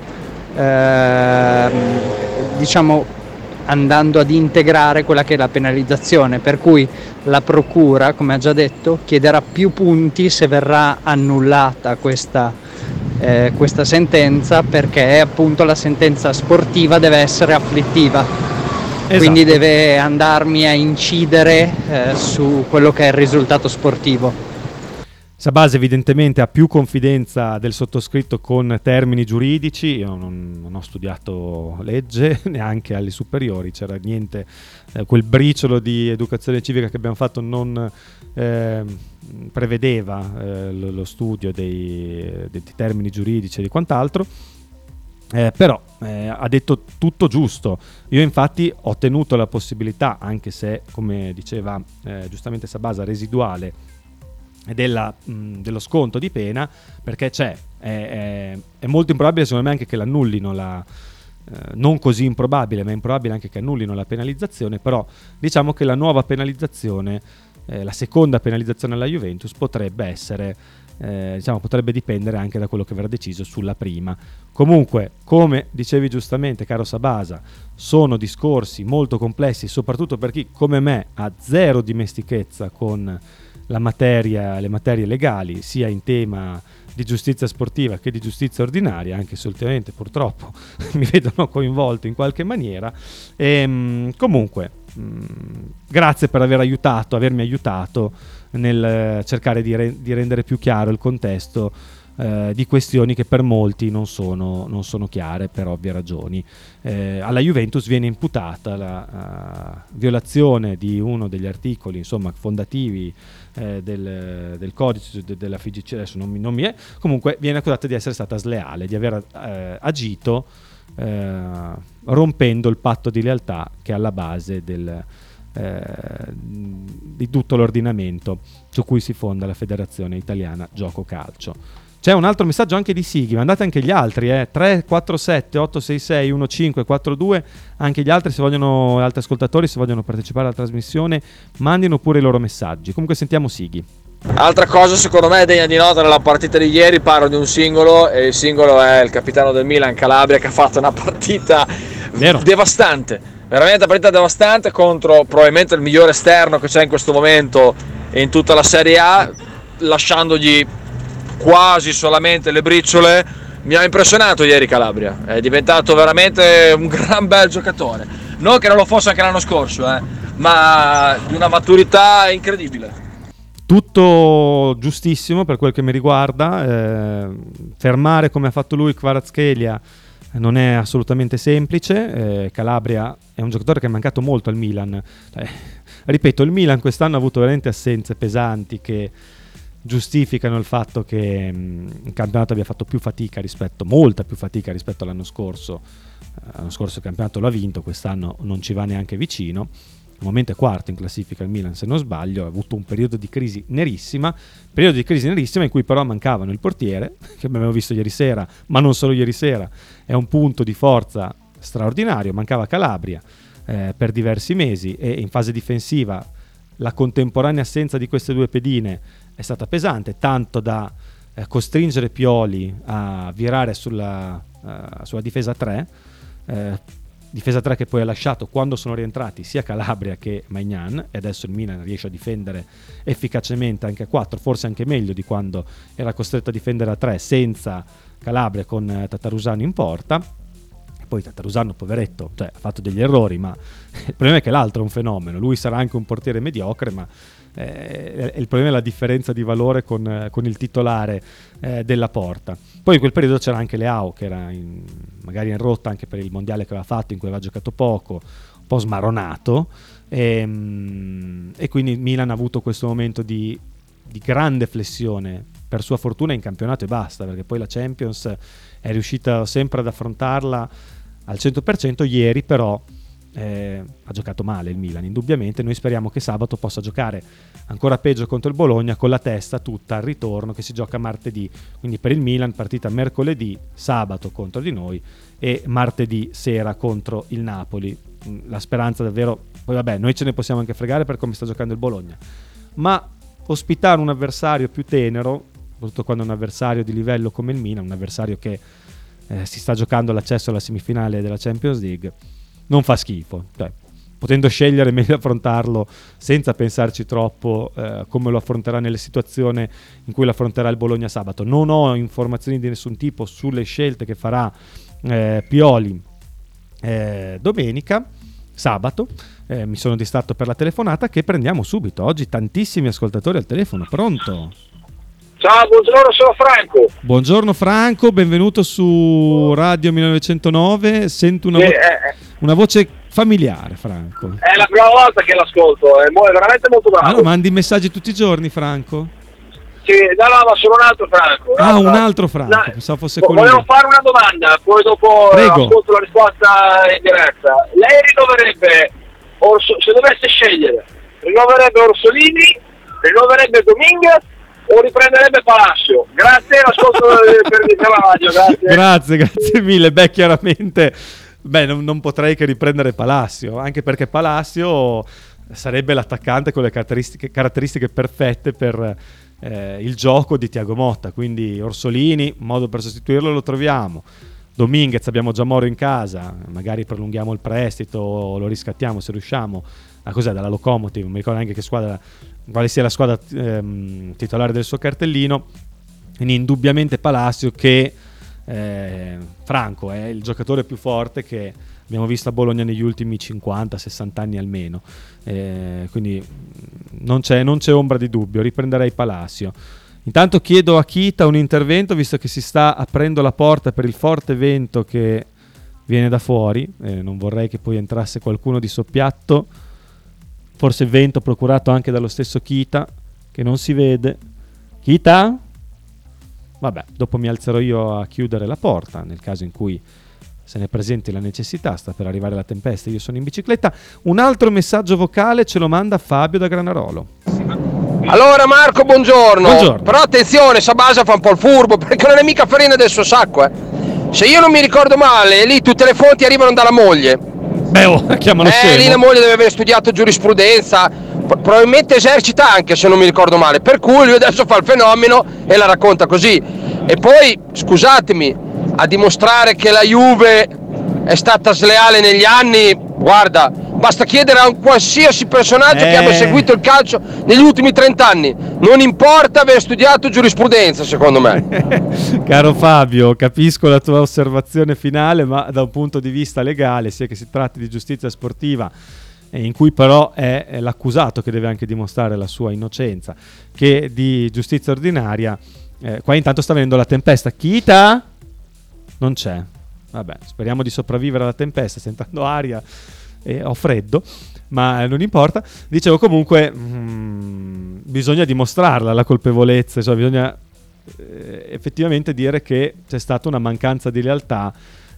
ehm, diciamo andando ad integrare quella che è la penalizzazione, per cui la procura, come ha già detto, chiederà più punti se verrà annullata questa, eh, questa sentenza, perché appunto la sentenza sportiva deve essere afflittiva. Esatto. Quindi deve andarmi a incidere eh, su quello che è il risultato sportivo. Sabasa evidentemente ha più confidenza del sottoscritto con termini giuridici. Io non, non ho studiato legge neanche alle superiori, c'era niente, eh, quel briciolo di educazione civica che abbiamo fatto non eh, prevedeva eh, lo, lo studio dei, dei termini giuridici e di quant'altro. Eh, però eh, ha detto tutto giusto. Io infatti ho tenuto la possibilità, anche se come diceva eh, giustamente Sabasa, residuale, della, mh, dello sconto di pena, perché c'è, è, è, è molto improbabile secondo me anche che l'annullino la, eh, non così improbabile, ma è improbabile anche che annullino la penalizzazione. Però diciamo che la nuova penalizzazione, eh, la seconda penalizzazione alla Juventus potrebbe essere eh, diciamo potrebbe dipendere anche da quello che verrà deciso sulla prima. Comunque, come dicevi giustamente, caro Sabasa, sono discorsi molto complessi, soprattutto per chi come me ha zero dimestichezza con la materia, le materie legali, sia in tema di giustizia sportiva che di giustizia ordinaria, anche se ultimamente purtroppo mi vedono coinvolto in qualche maniera. E, mh, comunque mh, grazie per aver aiutato, avermi aiutato nel cercare di, re- di rendere più chiaro il contesto eh, di questioni che per molti non sono, non sono chiare per ovvie ragioni. Eh, alla Juventus viene imputata la uh, violazione di uno degli articoli, insomma, fondativi eh, del, del codice de, della F I G C, adesso non mi, non mi è, comunque viene accusata di essere stata sleale, di aver eh, agito eh, rompendo il patto di lealtà che è alla base del Eh, di tutto l'ordinamento su cui si fonda la Federazione Italiana Gioco Calcio. C'è un altro messaggio anche di Sighi, mandate anche gli altri, eh. tre quattro sette otto sei sei uno cinque quattro due, anche gli altri se vogliono, altri ascoltatori se vogliono partecipare alla trasmissione mandino pure i loro messaggi. Comunque sentiamo Sighi. Altra cosa secondo me degna di nota nella partita di ieri, parlo di un singolo, e il singolo è il capitano del Milan Calabria, che ha fatto una partita Vero. devastante. Veramente una partita devastante contro probabilmente il migliore esterno che c'è in questo momento in tutta la Serie A, lasciandogli quasi solamente le briciole. Mi ha impressionato ieri Calabria, è diventato veramente un gran bel giocatore, non che non lo fosse anche l'anno scorso, eh, ma di una maturità incredibile. Tutto giustissimo per quel che mi riguarda, eh, fermare come ha fatto lui Kvaratskhelia non è assolutamente semplice. eh, Calabria è un giocatore che è mancato molto al Milan, eh, ripeto, il Milan quest'anno ha avuto veramente assenze pesanti che giustificano il fatto che mh, il campionato abbia fatto più fatica rispetto, molta più fatica rispetto all'anno scorso. eh, l'anno scorso il campionato l'ha vinto, quest'anno non ci va neanche vicino. Al momento è quarto in classifica il Milan, se non sbaglio, ha avuto un periodo di crisi nerissima, periodo di crisi nerissima in cui però mancavano il portiere, che abbiamo visto ieri sera, ma non solo ieri sera, è un punto di forza straordinario, mancava Calabria eh, per diversi mesi, e in fase difensiva la contemporanea assenza di queste due pedine è stata pesante, tanto da eh, costringere Pioli a virare sulla, uh, sulla difesa tre, eh, difesa tre che poi ha lasciato quando sono rientrati sia Calabria che Maignan, e adesso il Milan riesce a difendere efficacemente anche a quattro, forse anche meglio di quando era costretto a difendere a tre senza Calabria, con eh, Tatarusano in porta. E poi Tatarusano, poveretto, cioè, ha fatto degli errori, ma il problema è che l'altro è un fenomeno, lui sarà anche un portiere mediocre, ma eh, il problema è la differenza di valore con, eh, con il titolare eh, della porta. Poi in quel periodo c'era anche Leao, che era in, magari in rotta anche per il mondiale che aveva fatto, in cui aveva giocato poco, un po' smaronato, e, e quindi Milan ha avuto questo momento di, di grande flessione, per sua fortuna in campionato e basta, perché poi la Champions è riuscita sempre ad affrontarla al cento per cento. Ieri però Eh, ha giocato male il Milan, indubbiamente. Noi speriamo che sabato possa giocare ancora peggio contro il Bologna, con la testa tutta al ritorno che si gioca martedì. Quindi per il Milan partita mercoledì, sabato contro di noi e martedì sera contro il Napoli. La speranza davvero, poi vabbè, noi ce ne possiamo anche fregare per come sta giocando il Bologna, ma ospitare un avversario più tenero, soprattutto quando è un avversario di livello come il Milan, un avversario che eh, si sta giocando l'accesso alla semifinale della Champions League, non fa schifo. Cioè, potendo scegliere, meglio affrontarlo senza pensarci troppo eh, come lo affronterà nelle situazioni in cui lo affronterà il Bologna sabato. Non ho informazioni di nessun tipo sulle scelte che farà eh, Pioli eh, domenica, sabato. Eh, mi sono distratto per la telefonata che prendiamo subito. Oggi tantissimi ascoltatori al telefono. Pronto? Ciao, buongiorno, sono Franco. Buongiorno Franco, benvenuto su Radio millenovecentonove. Sento una, sì, vo- eh, una voce familiare, Franco. È la prima volta che l'ascolto, è, mo- è veramente molto bravo. Ah, no, mandi messaggi tutti i giorni, Franco? Sì, no, no, ma sono un altro Franco. Ah, no, un no. altro Franco, No, pensavo fosse vo- quello. Volevo fare una domanda, poi dopo Prego. ascolto la risposta in diretta. Lei rinnoverebbe, Orso- se dovesse scegliere, rinnoverebbe Orsolini, rinnoverebbe Dominguez o riprenderebbe Palacio? Grazie, l'ascolto per la radio, grazie. Grazie, grazie mille. Beh, chiaramente, beh, non, non potrei che riprendere Palacio, anche perché Palacio sarebbe l'attaccante con le caratteristiche, caratteristiche perfette per eh, il gioco di Thiago Motta. Quindi Orsolini, modo per sostituirlo lo troviamo. Dominguez, abbiamo già Moro in casa, magari prolunghiamo il prestito o lo riscattiamo se riusciamo. Ah, cos'è, dalla Lokomotiv, non mi ricordo neanche che squadra, quale sia la squadra ehm, titolare del suo cartellino. Quindi indubbiamente Palacio, che eh, Franco è il giocatore più forte che abbiamo visto a Bologna negli ultimi cinquanta sessanta anni almeno, eh, quindi non c'è, non c'è ombra di dubbio, riprenderei Palacio. Intanto chiedo a Kita un intervento, visto che si sta aprendo la porta per il forte vento che viene da fuori, eh, non vorrei che poi entrasse qualcuno di soppiatto, forse vento procurato anche dallo stesso Kita, che non si vede. Kita? Vabbè, dopo mi alzerò io a chiudere la porta, nel caso in cui se ne presenti la necessità, sta per arrivare la tempesta, io sono in bicicletta. Un altro messaggio vocale ce lo manda Fabio da Granarolo. Allora Marco, buongiorno. Buongiorno. Però attenzione, Sabasa fa un po' il furbo, perché non è mica farina del suo sacco, eh. Se io non mi ricordo male, lì tutte le fonti arrivano dalla moglie. Beh, oh, chiamano Eh, scemo. lì la moglie deve aver studiato giurisprudenza, p- probabilmente esercita anche, se non mi ricordo male, per cui lui adesso fa il fenomeno e la racconta così. E poi, scusatemi, a dimostrare che la Juve è stata sleale negli anni, guarda, basta chiedere a un qualsiasi personaggio Eh. che abbia seguito il calcio negli ultimi trent'anni, non importa aver studiato giurisprudenza, secondo me. Caro Fabio, capisco la tua osservazione finale, ma da un punto di vista legale, sia che si tratti di giustizia sportiva, eh, in cui però è, è l'accusato che deve anche dimostrare la sua innocenza, che di giustizia ordinaria, eh, qua intanto sta venendo la tempesta. Kita? Non c'è. Vabbè, speriamo di sopravvivere alla tempesta, sentendo aria e ho freddo, ma non importa. Dicevo comunque, mm, bisogna dimostrarla la colpevolezza, cioè bisogna eh, effettivamente dire che c'è stata una mancanza di lealtà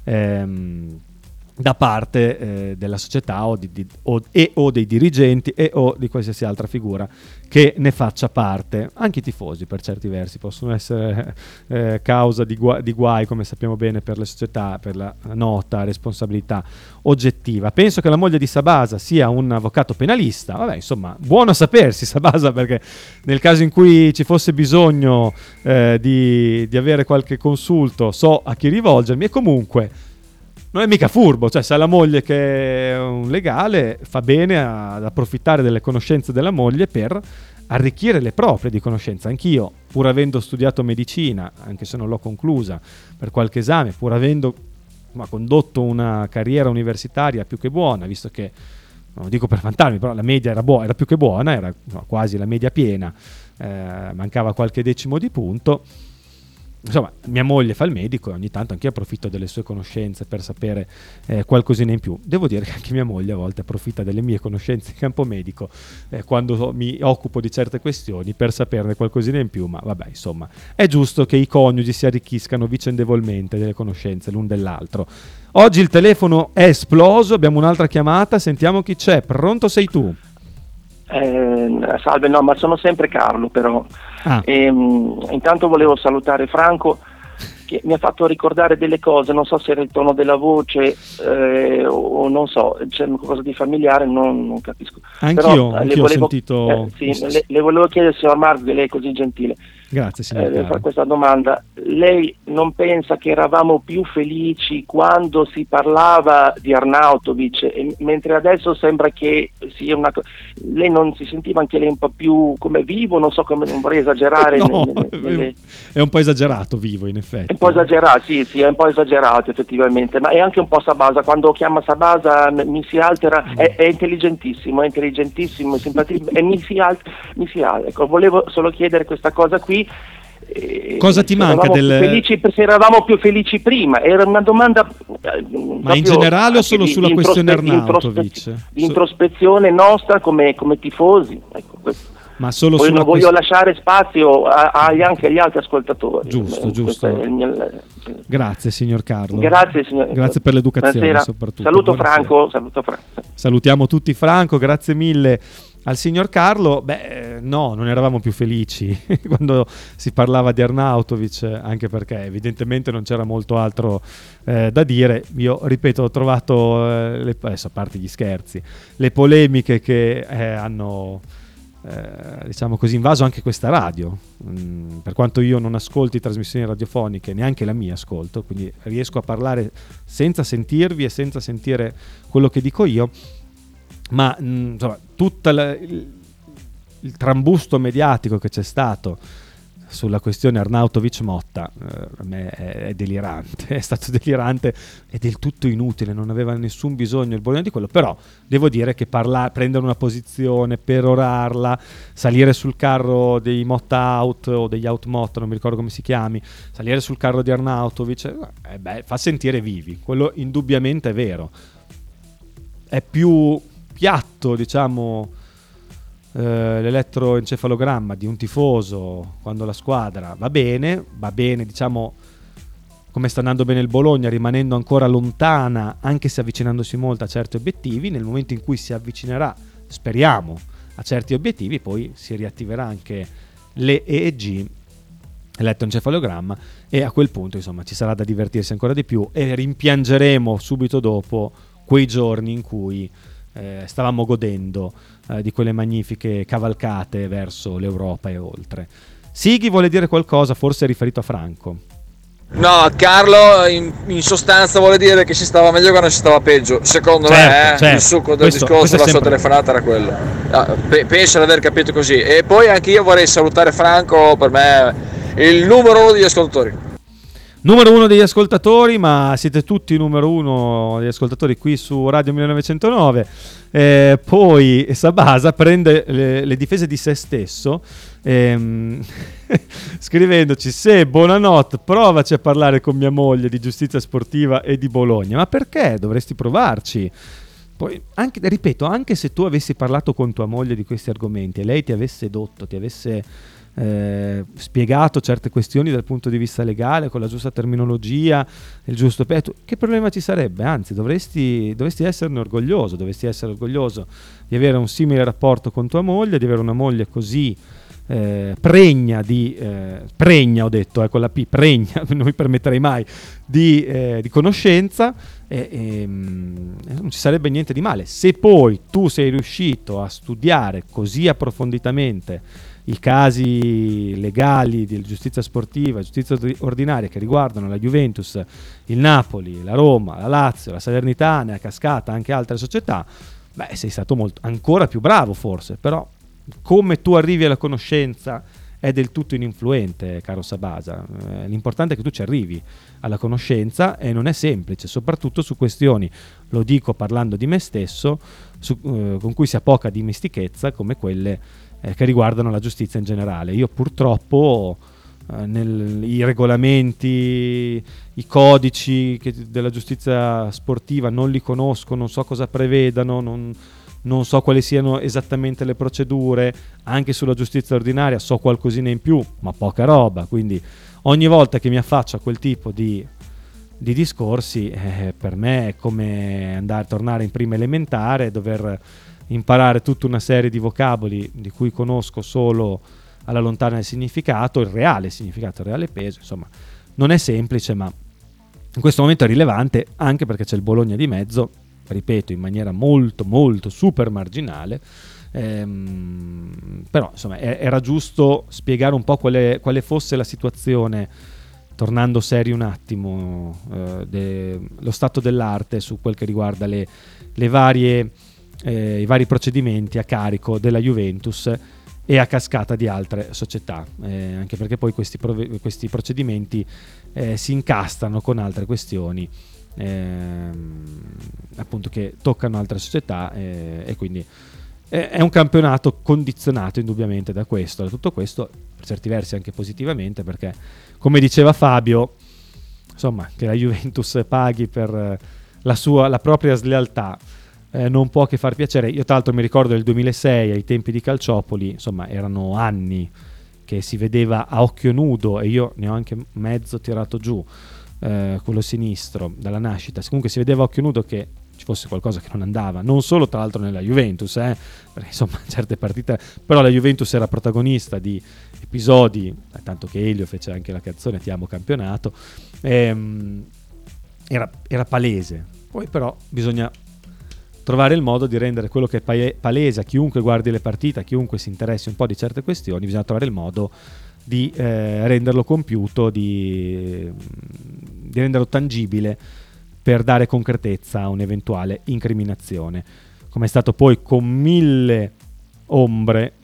ehm, da parte eh, della società o, di, di, o, e o dei dirigenti e o di qualsiasi altra figura che ne faccia parte. Anche i tifosi per certi versi possono essere eh, causa di, gu- di guai, come sappiamo bene, per le società, per la nota responsabilità oggettiva. Penso che la moglie di Sabasa sia un avvocato penalista. Vabbè, insomma, buono a sapersi Sabasa, perché nel caso in cui ci fosse bisogno eh, di, di avere qualche consulto so a chi rivolgermi. E comunque non è mica furbo, cioè se ha la moglie che è un legale fa bene a- ad approfittare delle conoscenze della moglie per arricchire le proprie di conoscenza. Anch'io, pur avendo studiato medicina, anche se non l'ho conclusa, per qualche esame, pur avendo ma, condotto una carriera universitaria più che buona, visto che, non lo dico per vantarmi, però la media era, buona, era più che buona, era no, quasi la media piena, eh, mancava qualche decimo di punto. Insomma, mia moglie fa il medico e ogni tanto anche io approfitto delle sue conoscenze per sapere eh, qualcosina in più. Devo dire che anche mia moglie a volte approfitta delle mie conoscenze in campo medico eh, quando mi occupo di certe questioni per saperne qualcosina in più, ma vabbè, insomma, è giusto che i coniugi si arricchiscano vicendevolmente delle conoscenze l'un dell'altro. Oggi il telefono è esploso, abbiamo un'altra chiamata, sentiamo chi c'è. Pronto sei tu? Eh, salve, no, ma sono sempre Carlo, però. Ah. Ehm, intanto volevo salutare Franco, che mi ha fatto ricordare delle cose, non so se era il tono della voce eh, o non so, c'è qualcosa di familiare, non, non capisco. Anch'io, Però, eh, anch'io le volevo, ho sentito... eh, sì, le, le volevo chiedere, signor Marco, che lei è così gentile, Grazie signor eh, Caro. fare questa domanda. Lei non pensa che eravamo più felici quando si parlava di Arnautovic, e, mentre adesso sembra che sia una co- lei non si sentiva anche lei un po' più come vivo, non so, come, non vorrei esagerare. No, nelle- nelle- è un po' esagerato vivo in effetti. è un po' esagerato, sì, sì, è un po' esagerato effettivamente, ma è anche un po' Sabasa, quando chiama Sabasa m- mi si altera, è, è intelligentissimo, è intelligentissimo, è simpatico, e mi si altera, mi si altera. Ecco, volevo solo chiedere questa cosa qui. eh, Cosa ti se manca eravamo del- più felici, se eravamo più felici prima, era una domanda eh, Ma in proprio generale o anche solo di- sulla di questione introspe- di Arnautovic? introspe- di introspezione nostra come, come tifosi, ecco, questo. Ma solo Poi sulla non voglio quest- lasciare spazio a- agli, anche agli altri ascoltatori. Giusto, Eh, giusto. questo è il mio- Grazie signor Carlo. Grazie, signor- Grazie per l'educazione Buonasera. soprattutto. Saluto Buonasera. Franco, saluto Franco. Salutiamo tutti Franco, grazie mille al signor Carlo. Beh, no, non eravamo più felici quando si parlava di Arnautovic, anche perché evidentemente non c'era molto altro eh, da dire. Io ripeto, ho trovato, eh, le, adesso a parte gli scherzi, le polemiche che eh, hanno... Eh, diciamo così, invaso anche questa radio, mm, per quanto io non ascolti trasmissioni radiofoniche, neanche la mia ascolto, quindi riesco a parlare senza sentirvi e senza sentire quello che dico io, ma mm, insomma, tutto il, il trambusto mediatico che c'è stato sulla questione Arnautovic-Motta, eh, a me è, è delirante, è stato delirante e del tutto inutile, non aveva nessun bisogno il Bologna di quello, però devo dire che parla, prendere una posizione, perorarla, salire sul carro dei Motta out o degli out Motta, non mi ricordo come si chiami, salire sul carro di Arnautovic, eh, beh, fa sentire vivi, quello indubbiamente è vero. È più piatto, diciamo, Uh, l'elettroencefalogramma di un tifoso quando la squadra va bene, va bene, diciamo, come sta andando bene il Bologna, rimanendo ancora lontana, anche se avvicinandosi molto a certi obiettivi. Nel momento in cui si avvicinerà, speriamo, a certi obiettivi, poi si riattiverà anche l'E E G, elettroencefalogramma, e a quel punto, insomma, ci sarà da divertirsi ancora di più e rimpiangeremo subito dopo quei giorni in cui Eh, stavamo godendo eh, di quelle magnifiche cavalcate verso l'Europa e oltre. Sighi vuole dire qualcosa, forse riferito a Franco. No, Carlo in, in sostanza vuole dire che si stava meglio quando si stava peggio. Secondo certo, me eh, certo. il succo del questo, discorso questo della sua sempre... telefonata era quello. Ah, pe- penso di aver capito così. E poi anche io vorrei salutare Franco, per me il numero uno degli ascoltatori. Numero uno degli ascoltatori, ma siete tutti numero uno degli ascoltatori qui su Radio millenovecentonove. Eh, poi Sabasa prende le, le difese di se stesso, ehm, scrivendoci: se buonanotte, provaci a parlare con mia moglie di giustizia sportiva e di Bologna. Ma perché? Dovresti provarci. Poi, anche, ripeto, anche se tu avessi parlato con tua moglie di questi argomenti e lei ti avesse edotto, ti avesse Eh, spiegato certe questioni dal punto di vista legale con la giusta terminologia, il giusto petto, che problema ci sarebbe? Anzi, dovresti, dovresti esserne orgoglioso, dovresti essere orgoglioso di avere un simile rapporto con tua moglie, di avere una moglie così eh, pregna di eh, pregna, ho detto, eh, con la P, pregna, non mi permetterei mai di, eh, di conoscenza, e, e non ci sarebbe niente di male. Se poi tu sei riuscito a studiare così approfonditamente i casi legali di giustizia sportiva, giustizia ordinaria che riguardano la Juventus, il Napoli, la Roma, la Lazio, la Salernitana, a cascata anche altre società, beh, sei stato molto, ancora più bravo forse, però come tu arrivi alla conoscenza è del tutto ininfluente, caro Sabasa. Eh, l'importante è che tu ci arrivi alla conoscenza e non è semplice, soprattutto su questioni, lo dico parlando di me stesso, su, eh, con cui si ha poca dimestichezza, come quelle eh, che riguardano la giustizia in generale. Io purtroppo eh, nel, i regolamenti, i codici che, della giustizia sportiva non li conosco, non so cosa prevedano, non... non so quali siano esattamente le procedure. Anche sulla giustizia ordinaria so qualcosina in più, ma poca roba, quindi ogni volta che mi affaccio a quel tipo di, di discorsi, eh, per me è come andare a tornare in prima elementare, dover imparare tutta una serie di vocaboli di cui conosco solo alla lontana il significato, il reale significato, il reale peso. Insomma, non è semplice, ma in questo momento è rilevante, anche perché c'è il Bologna di mezzo, ripeto, in maniera molto molto super marginale, ehm, però insomma era giusto spiegare un po' quale, quale fosse la situazione, tornando seri un attimo, eh, de, lo stato dell'arte su quel che riguarda le, le varie, eh, i vari procedimenti a carico della Juventus e a cascata di altre società, eh, anche perché poi questi, prove- questi procedimenti eh, si incastrano con altre questioni Ehm, appunto che toccano altre società, eh, e quindi è, è un campionato condizionato indubbiamente da questo, da tutto questo, per certi versi anche positivamente, perché come diceva Fabio, insomma, che la Juventus paghi per la sua, la propria slealtà, eh, non può che far piacere. Io tra l'altro mi ricordo del duemilasei, ai tempi di Calciopoli, insomma erano anni che si vedeva a occhio nudo, e io ne ho anche mezzo tirato giù Eh, quello sinistro dalla nascita, comunque si vedeva a occhio nudo che ci fosse qualcosa che non andava, non solo tra l'altro nella Juventus, eh, perché insomma certe partite, però la Juventus era protagonista di episodi, tanto che Elio fece anche la canzone Ti amo campionato, ehm, era, era palese. Poi però bisogna trovare il modo di rendere quello che è palese a chiunque guardi le partite, a chiunque si interessi un po' di certe questioni, bisogna trovare il modo di eh, renderlo compiuto, di, di renderlo tangibile, per dare concretezza a un'eventuale incriminazione, come è stato poi con mille ombre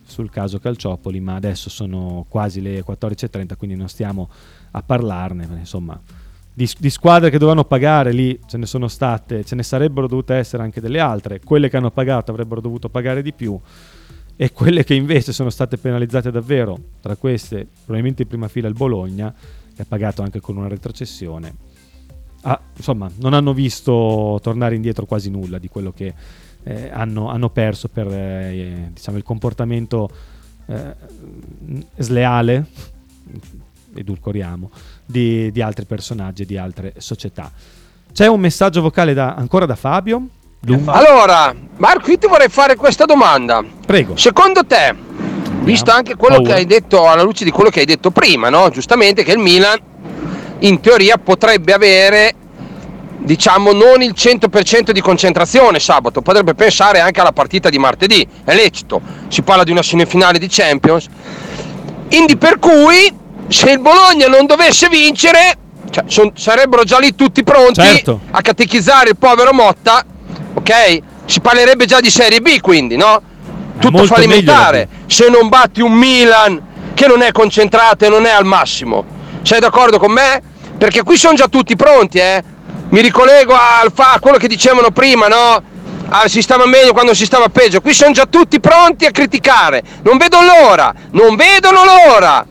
sul caso Calciopoli, ma adesso sono quasi le quattordici e trenta, quindi non stiamo a parlarne. Insomma, di, di squadre che dovevano pagare lì ce ne sono state, ce ne sarebbero dovute essere anche delle altre. Quelle che hanno pagato avrebbero dovuto pagare di più, e quelle che invece sono state penalizzate davvero, tra queste probabilmente in prima fila il Bologna, che ha pagato anche con una retrocessione, ah, insomma non hanno visto tornare indietro quasi nulla di quello che eh, hanno, hanno perso per eh, diciamo il comportamento eh, sleale, edulcoriamo, di, di altri personaggi e di altre società. C'è un messaggio vocale da, ancora da Fabio. Lungo. Allora, Marco, io ti vorrei fare questa domanda. Prego. Secondo te, visto anche quello Paura. che hai detto, alla luce di quello che hai detto prima, no? Giustamente, che il Milan in teoria potrebbe avere, diciamo, non il cento per cento di concentrazione sabato, potrebbe pensare anche alla partita di martedì, è lecito, si parla di una semifinale di Champions, quindi per cui se il Bologna non dovesse vincere, cioè, son, sarebbero già lì tutti pronti, certo, a catechizzare il povero Motta, ok? Si parlerebbe già di Serie B, quindi, no? Tutto fallimentare se non batti un Milan che non è concentrato e non è al massimo. Sei d'accordo con me? Perché qui sono già tutti pronti, eh? Mi ricollego al fa, a quello che dicevano prima, no? Ah, si stava meglio quando si stava peggio. Qui sono già tutti pronti a criticare. Non vedo l'ora, non vedono l'ora.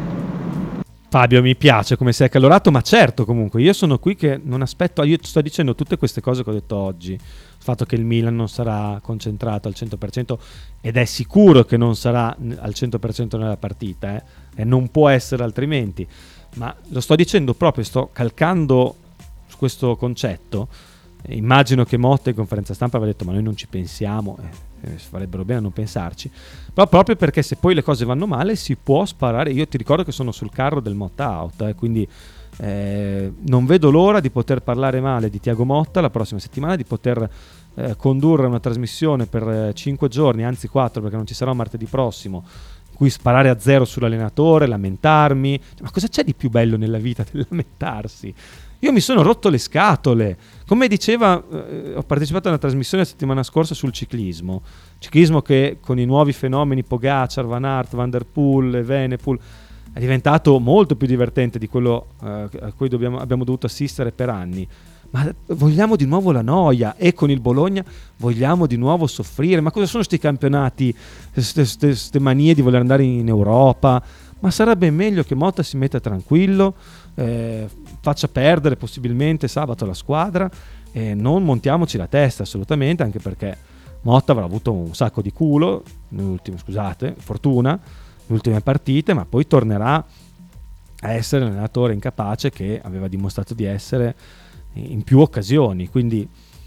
Fabio, mi piace come sei accalorato, ma certo, comunque io sono qui che non aspetto, io ti sto dicendo tutte queste cose che ho detto oggi, il fatto che il Milan non sarà concentrato al cento per cento, ed è sicuro che non sarà al cento per cento nella partita, eh? E non può essere altrimenti, ma lo sto dicendo proprio, sto calcando su questo concetto. Immagino che Motta in conferenza stampa aveva detto ma noi non ci pensiamo, eh, eh, farebbero bene a non pensarci, però proprio perché se poi le cose vanno male si può sparare. Io ti ricordo che sono sul carro del Motta out, eh, quindi eh, non vedo l'ora di poter parlare male di Thiago Motta la prossima settimana, di poter eh, condurre una trasmissione per cinque giorni, anzi quattro, perché non ci sarà martedì prossimo, in cui sparare a zero sull'allenatore, lamentarmi. Ma cosa c'è di più bello nella vita del lamentarsi? Io mi sono rotto le scatole. Come diceva, eh, ho partecipato a una trasmissione la settimana scorsa sul ciclismo. Ciclismo che con i nuovi fenomeni Pogacar, Van Aert, Van der Poel, Evenepoel è diventato molto più divertente di quello eh, a cui dobbiamo, abbiamo dovuto assistere per anni. Ma vogliamo di nuovo la noia, e con il Bologna vogliamo di nuovo soffrire. Ma cosa sono sti campionati, queste manie di voler andare in Europa? Ma sarebbe meglio che Motta si metta tranquillo, eh, faccia perdere possibilmente sabato la squadra, e non montiamoci la testa assolutamente, anche perché Motta avrà avuto un sacco di culo nell'ultimo, scusate, fortuna nelle ultime partite, ma poi tornerà a essere l'allenatore incapace che aveva dimostrato di essere in più occasioni. Quindi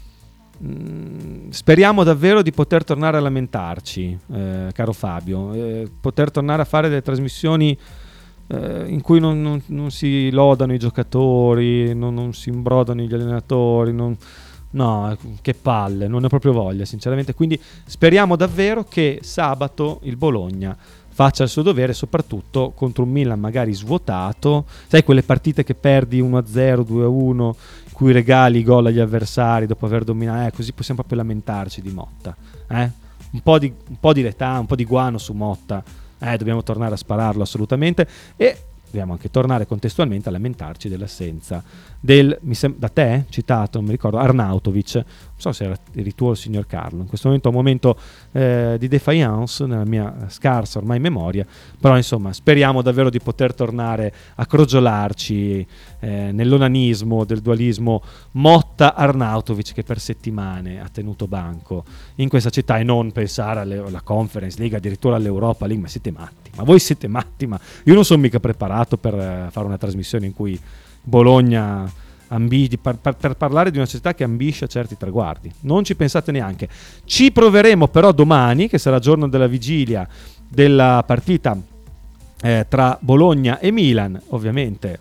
mh, speriamo davvero di poter tornare a lamentarci, eh, caro Fabio, eh, poter tornare a fare delle trasmissioni eh, in cui non, non, non si lodano i giocatori, non, non si imbrodano gli allenatori, non, no, che palle, non ne ho proprio voglia sinceramente. Quindi speriamo davvero che sabato il Bologna faccia il suo dovere, soprattutto contro un Milan magari svuotato, sai, quelle partite che perdi uno a zero, due a uno, in cui regali i gol agli avversari dopo aver dominato, eh, così possiamo proprio lamentarci di Motta, eh? un po' di un po' di età, un po' di guano su Motta, eh, dobbiamo tornare a spararlo assolutamente, e dobbiamo anche tornare contestualmente a lamentarci dell'assenza del, mi sem- da te citato, non mi ricordo, Arnautovic, non so se era eri tu o il signor Carlo. In questo momento è un momento eh, di defiance nella mia scarsa ormai memoria, però insomma speriamo davvero di poter tornare a crogiolarci eh, nell'onanismo del dualismo Motta-Arnautovic, che per settimane ha tenuto banco in questa città, e non pensare alle, alla Conference League, addirittura all'Europa League. Ma siete matti, ma voi siete matti, ma io non sono mica preparato per eh, fare una trasmissione in cui Bologna ambi- per, per, per parlare di una società che ambisce a certi traguardi. Non ci pensate neanche. Ci proveremo però domani, che sarà giorno della vigilia della partita eh, tra Bologna e Milan. Ovviamente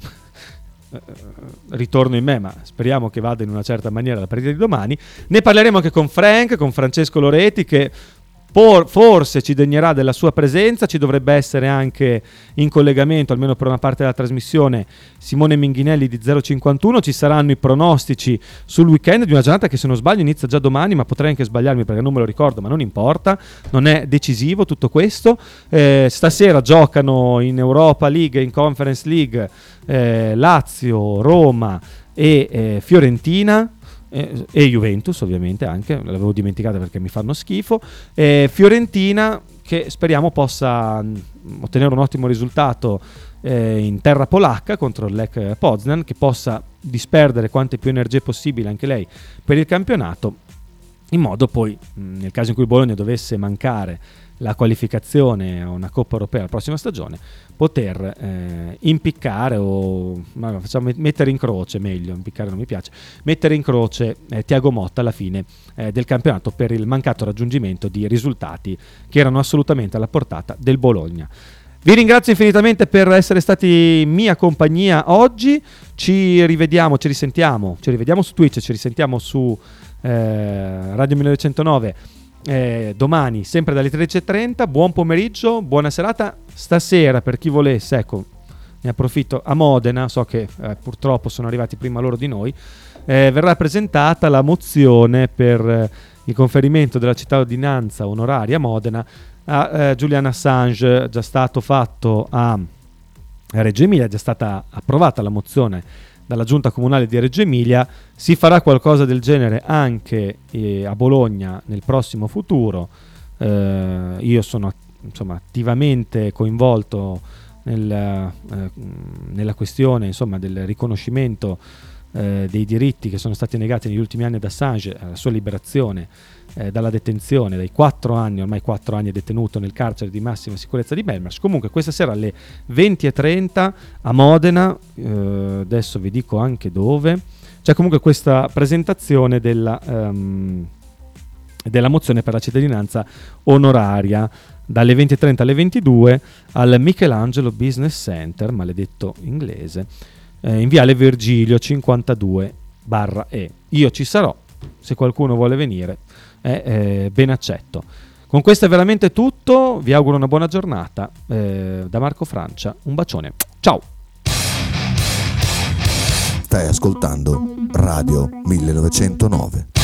ritorno in me, ma speriamo che vada in una certa maniera la partita di domani. Ne parleremo anche con Frank, con Francesco Loreti, che por- forse ci degnerà della sua presenza. Ci dovrebbe essere anche in collegamento, almeno per una parte della trasmissione, Simone Minghinelli di zero cinquantuno. Ci saranno i pronostici sul weekend di una giornata che, se non sbaglio, inizia già domani, ma potrei anche sbagliarmi perché non me lo ricordo, ma non importa, non è decisivo tutto questo. Eh, stasera giocano in Europa League e in Conference League eh, Lazio, Roma e eh, Fiorentina. E Juventus, ovviamente, anche l'avevo dimenticata perché mi fanno schifo. eh, Fiorentina, che speriamo possa mh, ottenere un ottimo risultato eh, in terra polacca contro il Lech Poznan, che possa disperdere quante più energie possibile anche lei per il campionato, in modo poi, mh, nel caso in cui il Bologna dovesse mancare la qualificazione a una Coppa Europea la prossima stagione, poter eh, impiccare o ma facciamo mettere in croce, meglio, impiccare non mi piace, mettere in croce eh, Thiago Motta alla fine eh, del campionato per il mancato raggiungimento di risultati che erano assolutamente alla portata del Bologna. Vi ringrazio infinitamente per essere stati mia compagnia oggi. Ci rivediamo, ci risentiamo, ci rivediamo su Twitch, ci risentiamo su eh, Radio millenovecentonove Eh, domani sempre dalle tredici e trenta. Buon pomeriggio, buona serata. Stasera, per chi volesse, ecco, ne approfitto, a Modena, so che eh, purtroppo sono arrivati prima loro di noi, eh, verrà presentata la mozione per eh, il conferimento della cittadinanza onoraria a Modena a eh, Julian Assange. Già stato fatto a Reggio Emilia, è già stata approvata la mozione dalla giunta comunale di Reggio Emilia. Si farà qualcosa del genere anche eh, a Bologna nel prossimo futuro. Eh, io sono insomma attivamente coinvolto nel, eh, nella questione, insomma, del riconoscimento eh, dei diritti che sono stati negati negli ultimi anni ad Assange, alla sua liberazione eh, dalla detenzione, dai quattro anni, ormai quattro anni è detenuto nel carcere di massima sicurezza di Belmarsh. Comunque questa sera alle venti e trenta a Modena, eh, adesso vi dico anche dove, c'è comunque questa presentazione della, um, della mozione per la cittadinanza onoraria dalle venti e trenta alle ventidue al Michelangelo Business Center, maledetto inglese, eh, in viale Virgilio cinquantadue E. Io ci sarò, se qualcuno vuole venire è eh, ben accetto. Con questo è veramente tutto, vi auguro una buona giornata. Eh, da Marco Francia, un bacione, ciao. Stai ascoltando Radio millenovecentonove.